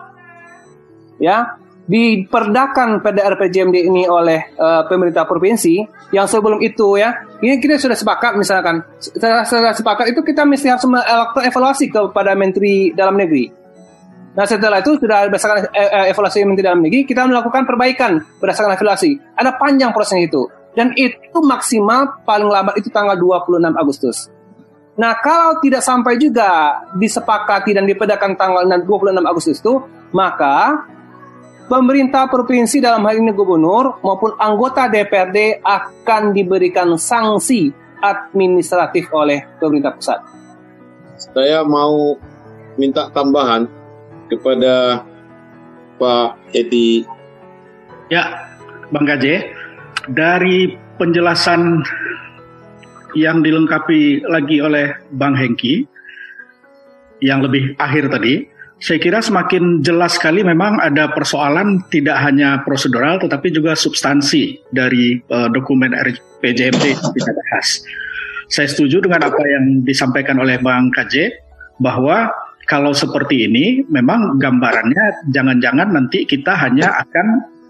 ya, diperdakan pada RPJMD ini oleh pemerintah provinsi, yang sebelum itu ya, ini kita sudah sepakat misalkan, sudah sepakat itu kita mesti harus melakukan evaluasi kepada Menteri Dalam Negeri. Nah, setelah itu sudah berdasarkan evaluasi Menteri Dalam Negeri, kita melakukan perbaikan berdasarkan evaluasi. Ada panjang proses itu. Dan itu maksimal paling lambat itu tanggal 26 Agustus. Nah, kalau tidak sampai juga disepakati dan dipedakan tanggal 26 Agustus itu, maka pemerintah provinsi dalam hal ini gubernur maupun anggota DPRD akan diberikan sanksi administratif oleh pemerintah pusat. Saya mau minta tambahan kepada Pak Edi. Ya, Bang KJ, dari penjelasan yang dilengkapi lagi oleh Bang Hengki yang lebih akhir tadi, saya kira semakin jelas sekali memang ada persoalan tidak hanya prosedural tetapi juga substansi dari dokumen RPJMD yang kita bahas. Saya setuju dengan apa yang disampaikan oleh Bang KJ bahwa kalau seperti ini memang gambarannya jangan-jangan nanti kita hanya akan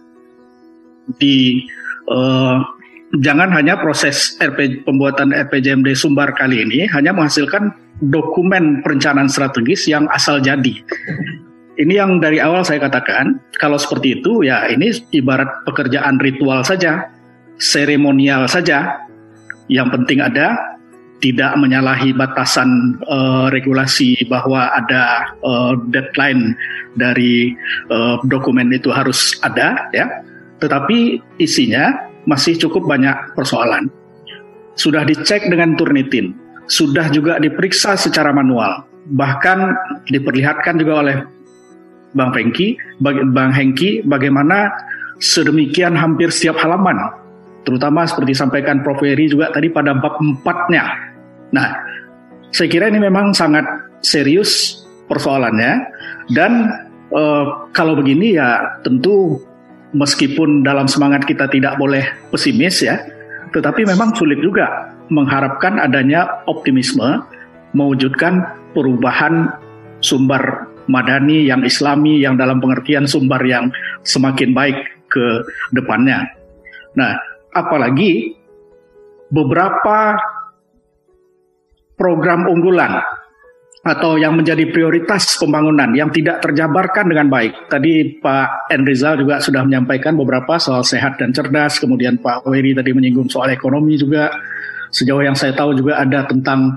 jangan hanya proses pembuatan RPJMD Sumbar kali ini hanya menghasilkan dokumen perencanaan strategis yang asal jadi. Ini yang dari awal saya katakan, kalau seperti itu ya ini ibarat pekerjaan ritual saja, seremonial saja. Yang penting ada, tidak menyalahi batasan regulasi bahwa ada deadline dari dokumen itu harus ada ya. Tetapi isinya masih cukup banyak persoalan. Sudah dicek dengan Turnitin, sudah juga diperiksa secara manual, bahkan diperlihatkan juga oleh Bang Hengki bagaimana sedemikian hampir setiap halaman, terutama seperti disampaikan Prof. Ferry juga tadi pada bab 4-nya. Nah, saya kira ini memang sangat serius persoalannya, dan kalau begini ya tentu meskipun dalam semangat kita tidak boleh pesimis ya, tetapi memang sulit juga mengharapkan adanya optimisme mewujudkan perubahan sumber madani yang islami yang dalam pengertian sumber yang semakin baik ke depannya. Nah, apalagi beberapa program unggulan atau yang menjadi prioritas pembangunan yang tidak terjabarkan dengan baik. Tadi Pak Enrizal juga sudah menyampaikan beberapa soal sehat dan cerdas, kemudian Pak Weri tadi menyinggung soal ekonomi juga. Sejauh yang saya tahu juga ada tentang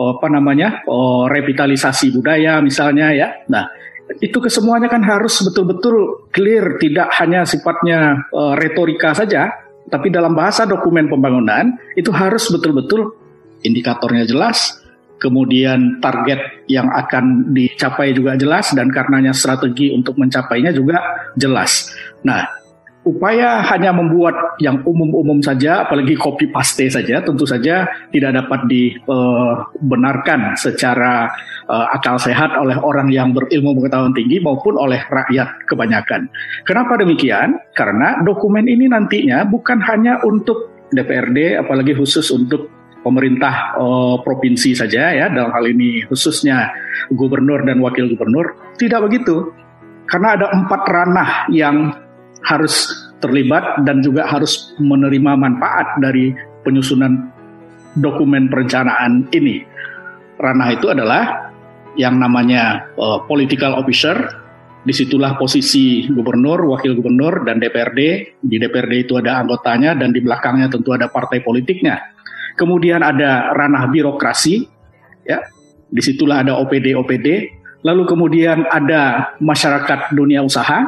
revitalisasi budaya misalnya ya. Nah, itu kesemuanya kan harus betul-betul clear, tidak hanya sifatnya retorika saja, tapi dalam bahasa dokumen pembangunan itu harus betul-betul indikatornya jelas, kemudian target yang akan dicapai juga jelas, dan karenanya strategi untuk mencapainya juga jelas. Nah, upaya hanya membuat yang umum-umum saja, apalagi copy paste saja, tentu saja tidak dapat dibenarkan secara akal sehat oleh orang yang berilmu pengetahuan tinggi maupun oleh rakyat kebanyakan. Kenapa demikian? Karena dokumen ini nantinya bukan hanya untuk DPRD, apalagi khusus untuk pemerintah provinsi saja ya, dalam hal ini khususnya gubernur dan wakil gubernur. Tidak begitu, karena ada 4 ranah yang harus terlibat dan juga harus menerima manfaat dari penyusunan dokumen perencanaan ini. Ranah itu adalah yang namanya political officer. Disitulah posisi gubernur, wakil gubernur, dan DPRD. Di DPRD itu ada anggotanya dan di belakangnya tentu ada partai politiknya. Kemudian ada ranah birokrasi, ya, disitulah ada OPD. Lalu kemudian ada masyarakat dunia usaha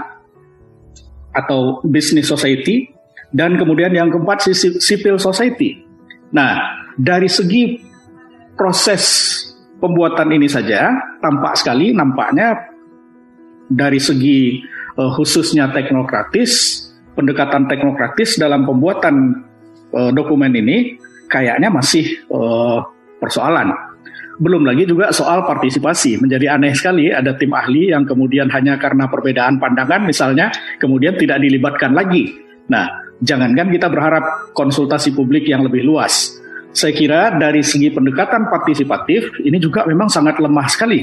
atau business society, dan kemudian yang keempat civil society. Nah, dari segi proses pembuatan ini saja tampak sekali nampaknya dari segi khususnya teknokratis, pendekatan teknokratis dalam pembuatan dokumen ini kayaknya masih persoalan. Belum lagi juga soal partisipasi. Menjadi aneh sekali ada tim ahli yang kemudian hanya karena perbedaan pandangan misalnya kemudian tidak dilibatkan lagi. Nah, jangankan kita berharap konsultasi publik yang lebih luas. Saya kira dari segi pendekatan partisipatif ini juga memang sangat lemah sekali.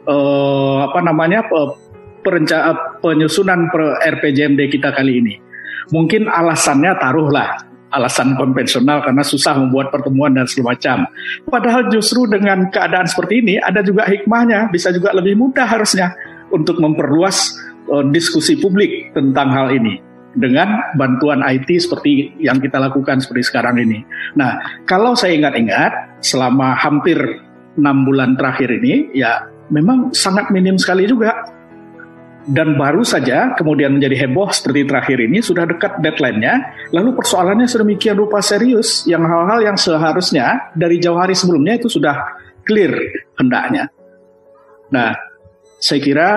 Penyusunan RPJMD kita kali ini. Mungkin alasannya taruhlah alasan konvensional karena susah membuat pertemuan dan segala macam. Padahal justru dengan keadaan seperti ini ada juga hikmahnya, bisa juga lebih mudah harusnya untuk memperluas diskusi publik tentang hal ini dengan bantuan IT seperti yang kita lakukan seperti sekarang ini. Nah, kalau saya ingat-ingat selama hampir 6 bulan terakhir ini ya memang sangat minim sekali juga. Dan baru saja kemudian menjadi heboh seperti terakhir ini, sudah dekat deadline-nya, lalu persoalannya sedemikian rupa serius, yang hal-hal yang seharusnya dari jauh hari sebelumnya itu sudah clear hendaknya. Nah, saya kira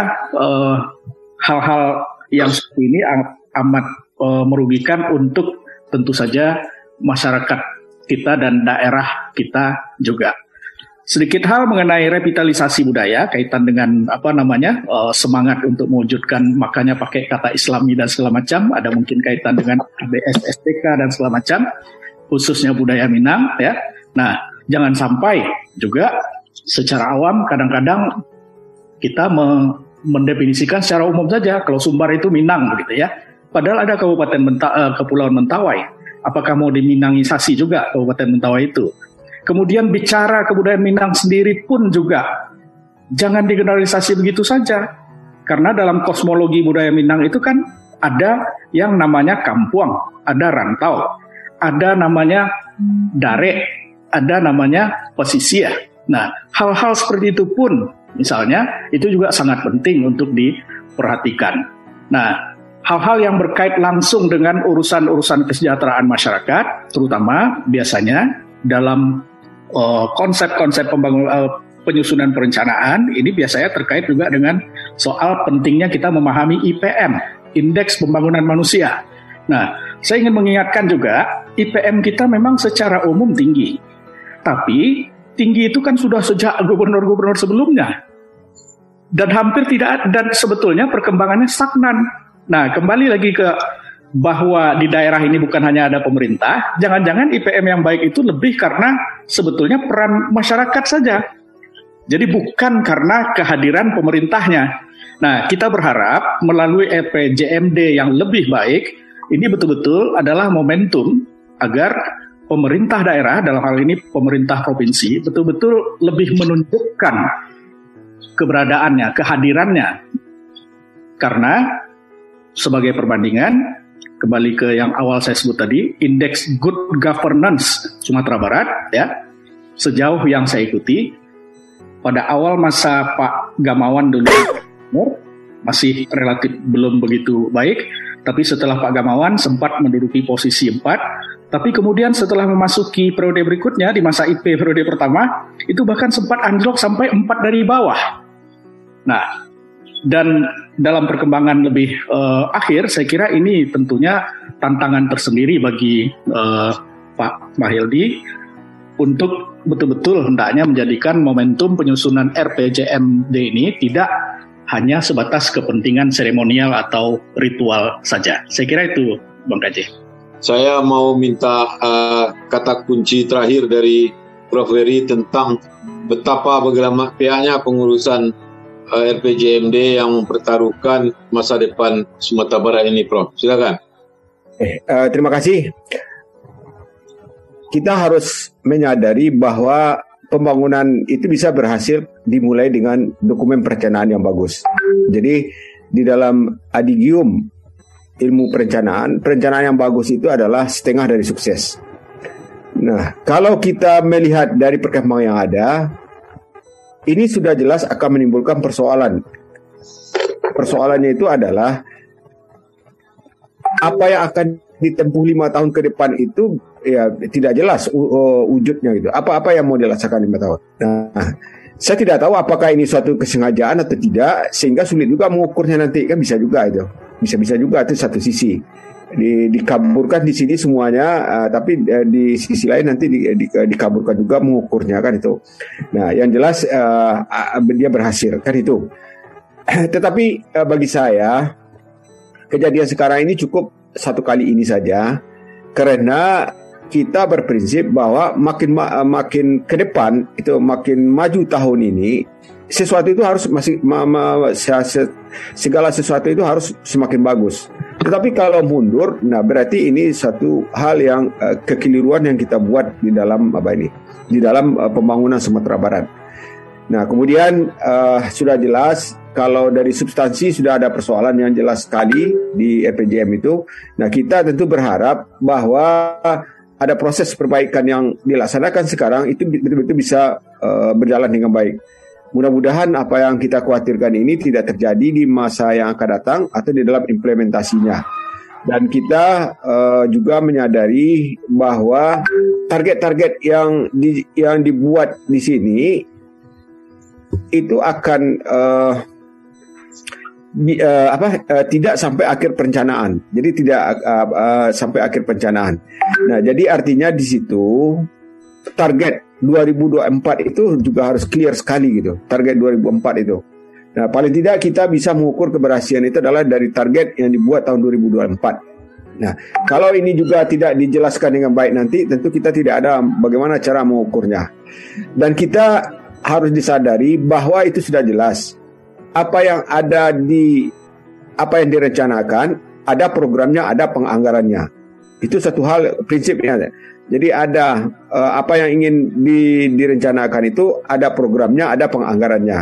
hal-hal yang seperti ini amat merugikan untuk tentu saja masyarakat kita dan daerah kita juga. Sedikit hal mengenai revitalisasi budaya kaitan dengan semangat untuk mewujudkan, makanya pakai kata Islami dan segala macam, ada mungkin kaitan dengan ABS, STK dan segala macam, khususnya budaya Minang ya. Nah, jangan sampai juga secara awam kadang-kadang kita mendefinisikan secara umum saja kalau Sumbar itu Minang begitu ya. Padahal ada Kepulauan Mentawai. Apakah mau diminangisasi juga Kabupaten Mentawai itu? Kemudian bicara kebudayaan Minang sendiri pun juga jangan digeneralisasi begitu saja. Karena dalam kosmologi budaya Minang itu kan ada yang namanya kampuang, ada rantau, ada namanya dare, ada namanya pesisir. Nah, hal-hal seperti itu pun misalnya itu juga sangat penting untuk diperhatikan. Nah, hal-hal yang berkait langsung dengan urusan-urusan kesejahteraan masyarakat, terutama biasanya dalam konsep-konsep penyusunan perencanaan, ini biasanya terkait juga dengan soal pentingnya kita memahami IPM, Indeks Pembangunan Manusia. Nah, saya ingin mengingatkan juga, IPM kita memang secara umum tinggi. Tapi, tinggi itu kan sudah sejak gubernur-gubernur sebelumnya. Dan hampir tidak, dan sebetulnya perkembangannya stagnan. Nah, kembali lagi ke bahwa di daerah ini bukan hanya ada pemerintah, jangan-jangan IPM yang baik itu lebih karena sebetulnya peran masyarakat saja. Jadi bukan karena kehadiran pemerintahnya. Nah, kita berharap melalui RPJMD yang lebih baik, ini betul-betul adalah momentum agar pemerintah daerah, dalam hal ini pemerintah provinsi, betul-betul lebih menunjukkan keberadaannya, kehadirannya. Karena sebagai perbandingan, kembali ke yang awal saya sebut tadi, indeks good governance Sumatera Barat, ya, sejauh yang saya ikuti, pada awal masa Pak Gamawan dulu masih relatif belum begitu baik, tapi setelah Pak Gamawan sempat menduduki posisi 4, tapi kemudian setelah memasuki periode berikutnya di masa IP periode pertama, itu bahkan sempat anjlok sampai 4 dari bawah. Nah, dan dalam perkembangan lebih akhir, saya kira ini tentunya tantangan tersendiri bagi Pak Mahyildi untuk betul-betul hendaknya menjadikan momentum penyusunan RPJMD ini tidak hanya sebatas kepentingan seremonial atau ritual saja. Saya kira itu, Bang KJ. Saya mau minta kata kunci terakhir dari Prof. Wery tentang betapa bergelamaknya pengurusan RPJMD yang mempertaruhkan masa depan Sumatera Barat ini, Prof. Silakan. Terima kasih. Kita harus menyadari bahwa pembangunan itu bisa berhasil dimulai dengan dokumen perencanaan yang bagus. Jadi di dalam adigium ilmu perencanaan yang bagus itu adalah setengah dari sukses. Nah, kalau kita melihat dari perkembangan yang ada, ini sudah jelas akan menimbulkan persoalan. Persoalannya itu adalah apa yang akan ditempuh 5 tahun ke depan itu ya tidak jelas wujudnya gitu. Apa yang mau dilaksanakan 5 tahun. Nah, saya tidak tahu apakah ini suatu kesengajaan atau tidak, sehingga sulit juga mengukurnya nanti, kan bisa juga itu. Bisa juga itu satu sisi. Dikaburkan di sini semuanya, tapi di sisi lain nanti dikaburkan juga mengukurnya, kan itu. Nah, yang jelas dia berhasil, kan itu. Tetapi bagi saya kejadian sekarang ini cukup satu kali ini saja, karena kita berprinsip bahwa makin ke depan itu makin maju tahun ini, sesuatu itu harus segala sesuatu itu harus semakin bagus. Tetapi kalau mundur, nah berarti ini satu hal yang kekeliruan yang kita buat di dalam di dalam pembangunan Sumatera Barat. Nah, kemudian sudah jelas kalau dari substansi sudah ada persoalan yang jelas sekali di RPJM itu. Nah, kita tentu berharap bahwa ada proses perbaikan yang dilaksanakan sekarang itu betul-betul bisa berjalan dengan baik. Mudah-mudahan apa yang kita khawatirkan ini tidak terjadi di masa yang akan datang atau di dalam implementasinya. Dan kita juga menyadari bahwa target-target yang dibuat di sini itu akan tidak sampai akhir perencanaan. Jadi tidak sampai akhir perencanaan. Nah, jadi artinya di situ target 2024 itu juga harus clear sekali gitu. Target 2004 itu. Nah, paling tidak kita bisa mengukur keberhasilan itu adalah dari target yang dibuat tahun 2024. Nah, kalau ini juga tidak dijelaskan dengan baik nanti, tentu kita tidak ada bagaimana cara mengukurnya. Dan kita harus disadari bahwa itu sudah jelas. Apa yang direncanakan, ada programnya, ada penganggarannya. Itu satu hal prinsipnya. Jadi ada apa yang ingin direncanakan itu ada programnya, ada penganggarannya.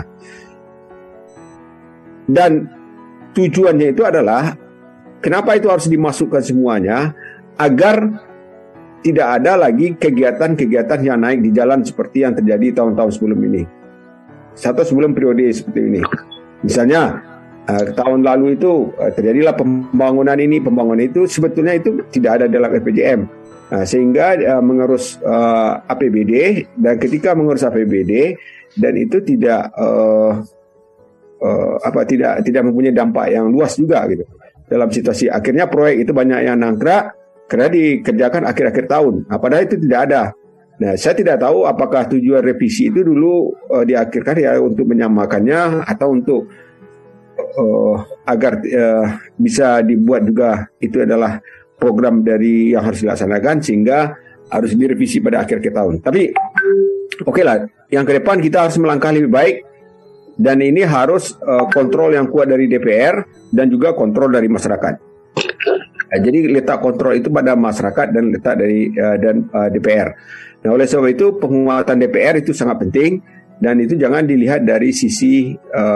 Dan tujuannya itu adalah kenapa itu harus dimasukkan semuanya, agar tidak ada lagi kegiatan-kegiatan yang naik di jalan seperti yang terjadi tahun-tahun sebelum ini. Atau sebelum periode seperti ini. Misalnya tahun lalu itu terjadilah pembangunan itu sebetulnya itu tidak ada dalam RPJM. Sehingga mengurus APBD, dan ketika mengurus APBD dan itu tidak mempunyai dampak yang luas juga gitu. Dalam situasi akhirnya proyek itu banyak yang nangkrak karena dikerjakan akhir-akhir tahun. Padahal itu tidak ada. Nah, saya tidak tahu apakah tujuan revisi itu dulu diakhirkan ya untuk menyamakannya atau untuk agar bisa dibuat juga itu adalah program dari yang harus dilaksanakan sehingga harus direvisi pada akhir tahun. Tapi oke lah, yang ke depan kita harus melangkah lebih baik, dan ini harus kontrol yang kuat dari DPR dan juga kontrol dari masyarakat. Jadi letak kontrol itu pada masyarakat dan letak dari DPR. Nah, oleh sebab itu penguatan DPR itu sangat penting, Dan itu jangan dilihat dari sisi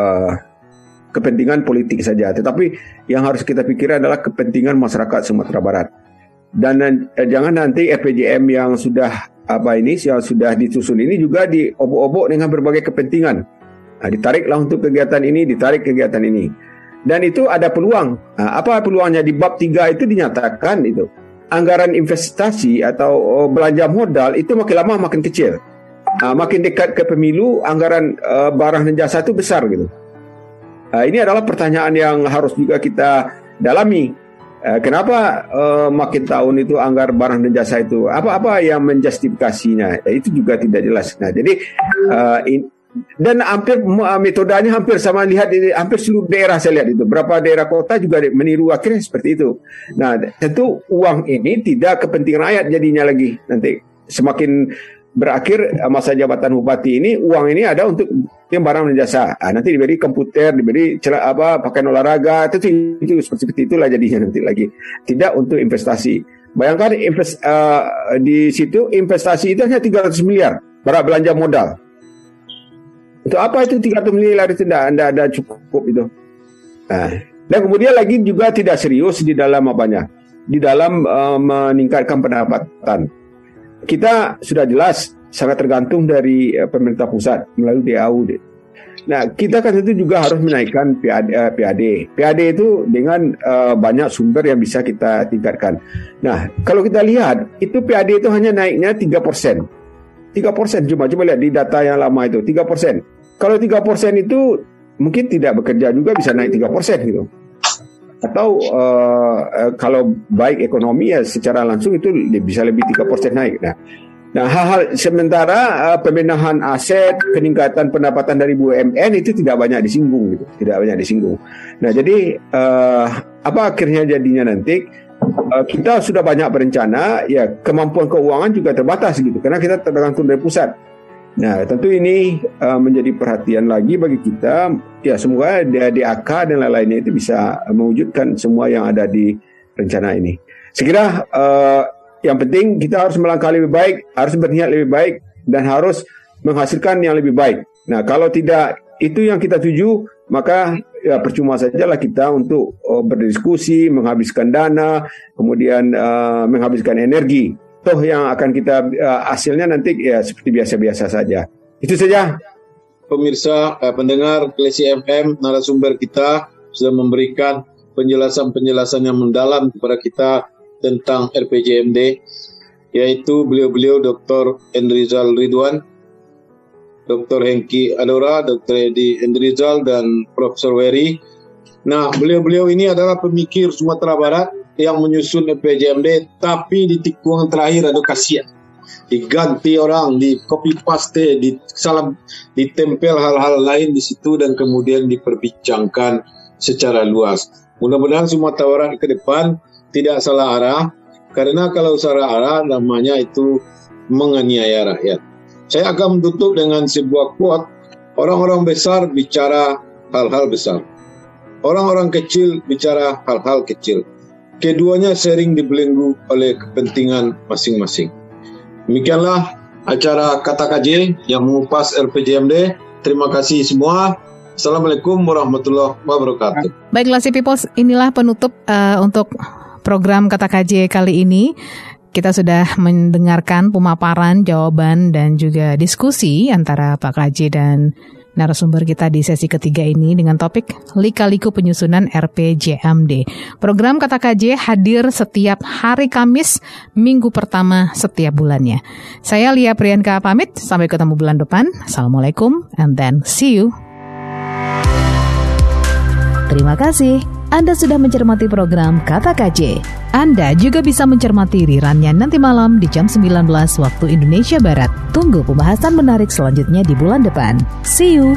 kepentingan politik saja, tetapi yang harus kita pikirkan adalah kepentingan masyarakat Sumatera Barat. Dan jangan nanti RPJM yang sudah disusun ini juga diobok-obok dengan berbagai kepentingan. Nah, ditariklah untuk kegiatan ini, ditarik kegiatan ini. Dan itu ada peluang. Nah, apa peluangnya? Di bab 3 itu dinyatakan itu anggaran investasi atau belanja modal itu makin lama makin kecil. Makin dekat ke pemilu, anggaran barang dan jasa itu besar gitu. Ini adalah pertanyaan yang harus juga kita dalami. Kenapa makin tahun itu anggar barang dan jasa itu? Apa yang menjustifikasinya? Itu juga tidak jelas. Nah, jadi dan hampir metodenya hampir sama, lihat ini hampir seluruh daerah saya lihat itu. Berapa daerah kota juga meniru akhirnya seperti itu. Nah, tentu uang ini tidak kepentingan rakyat jadinya lagi. Nanti semakin berakhir masa jabatan bupati ini, uang ini ada untuk yang barang dan jasa. Nanti diberi komputer, diberi pakaian olahraga, itu seperti itulah jadinya nanti lagi. Tidak untuk investasi. Bayangkan di situ investasi itu hanya 300 miliar belanja modal. Untuk apa itu 300 miliar itu tidak ada cukup itu. Dan kemudian lagi juga tidak serius di dalam di dalam meningkatkan pendapatan. Kita sudah jelas sangat tergantung dari pemerintah pusat melalui DAU. Nah, kita kan tentu juga harus menaikkan PAD. PAD itu dengan banyak sumber yang bisa kita tingkatkan. Nah, kalau kita lihat, itu PAD itu hanya naiknya 3%. 3% coba lihat di data yang lama itu, 3%. Kalau 3% itu mungkin tidak bekerja juga bisa naik 3% gitu. Atau kalau baik ekonomi ya secara langsung itu bisa lebih 3% naik. Nah, hal-hal sementara pemenahan aset, peningkatan pendapatan dari BUMN itu tidak banyak disinggung gitu, tidak banyak disinggung. Nah, jadi apa akhirnya jadinya nanti kita sudah banyak berencana, ya kemampuan keuangan juga terbatas gitu, karena kita tergantung dari pusat. Nah, tentu ini menjadi perhatian lagi bagi kita. Ya, semoga DAK dan lain-lainnya itu bisa mewujudkan semua yang ada di rencana ini. Sekira yang penting kita harus melangkah lebih baik, harus berniat lebih baik, dan harus menghasilkan yang lebih baik. Nah, kalau tidak itu yang kita tuju, maka ya percuma sajalah kita untuk berdiskusi, menghabiskan dana, kemudian menghabiskan energi. Toh yang akan kita hasilnya nanti ya seperti biasa-biasa saja. Itu saja. Pemirsa, pendengar Klasi FM, narasumber kita sudah memberikan penjelasan-penjelasan yang mendalam kepada kita tentang RPJMD, yaitu beliau-beliau Dr. Endrizal Ridwan, Dr. Hengki Adora, Dr. Edi Endrizal, dan Profesor Wery. Nah, beliau-beliau ini adalah pemikir Sumatera Barat yang menyusun RPJMD, tapi di tikungan terakhir ada kasihan. Diganti orang, di copy paste, ditempel hal-hal lain di situ, dan kemudian diperbincangkan secara luas. Mudah-mudahan Sumatera Barat ke depan tidak salah arah, karena kalau salah arah namanya itu menganiaya rakyat. Saya akan menutup dengan sebuah quote, orang-orang besar bicara hal-hal besar, orang-orang kecil bicara hal-hal kecil. Keduanya sering dibelenggu oleh kepentingan masing-masing. Demikianlah acara Kata KJ yang mengupas RPJMD. Terima kasih semua. Assalamualaikum warahmatullahi wabarakatuh. Baiklah si people, inilah penutup untuk program Kata KJ kali ini. Kita sudah mendengarkan pemaparan, jawaban, dan juga diskusi antara Pak KJ dan narasumber kita di sesi ketiga ini dengan topik Lika-liku penyusunan RPJMD. Program Kata KJ hadir setiap hari Kamis, minggu pertama setiap bulannya. Saya Lia Priyanka pamit, sampai ketemu bulan depan. Assalamualaikum and then see you. Terima kasih. Anda sudah mencermati program Kata KJ. Anda juga bisa mencermati rerunnya nanti malam di jam 19 waktu Indonesia Barat. Tunggu pembahasan menarik selanjutnya di bulan depan. See you.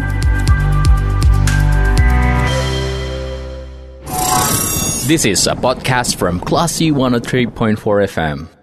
This is a podcast from Classy 103.4 FM.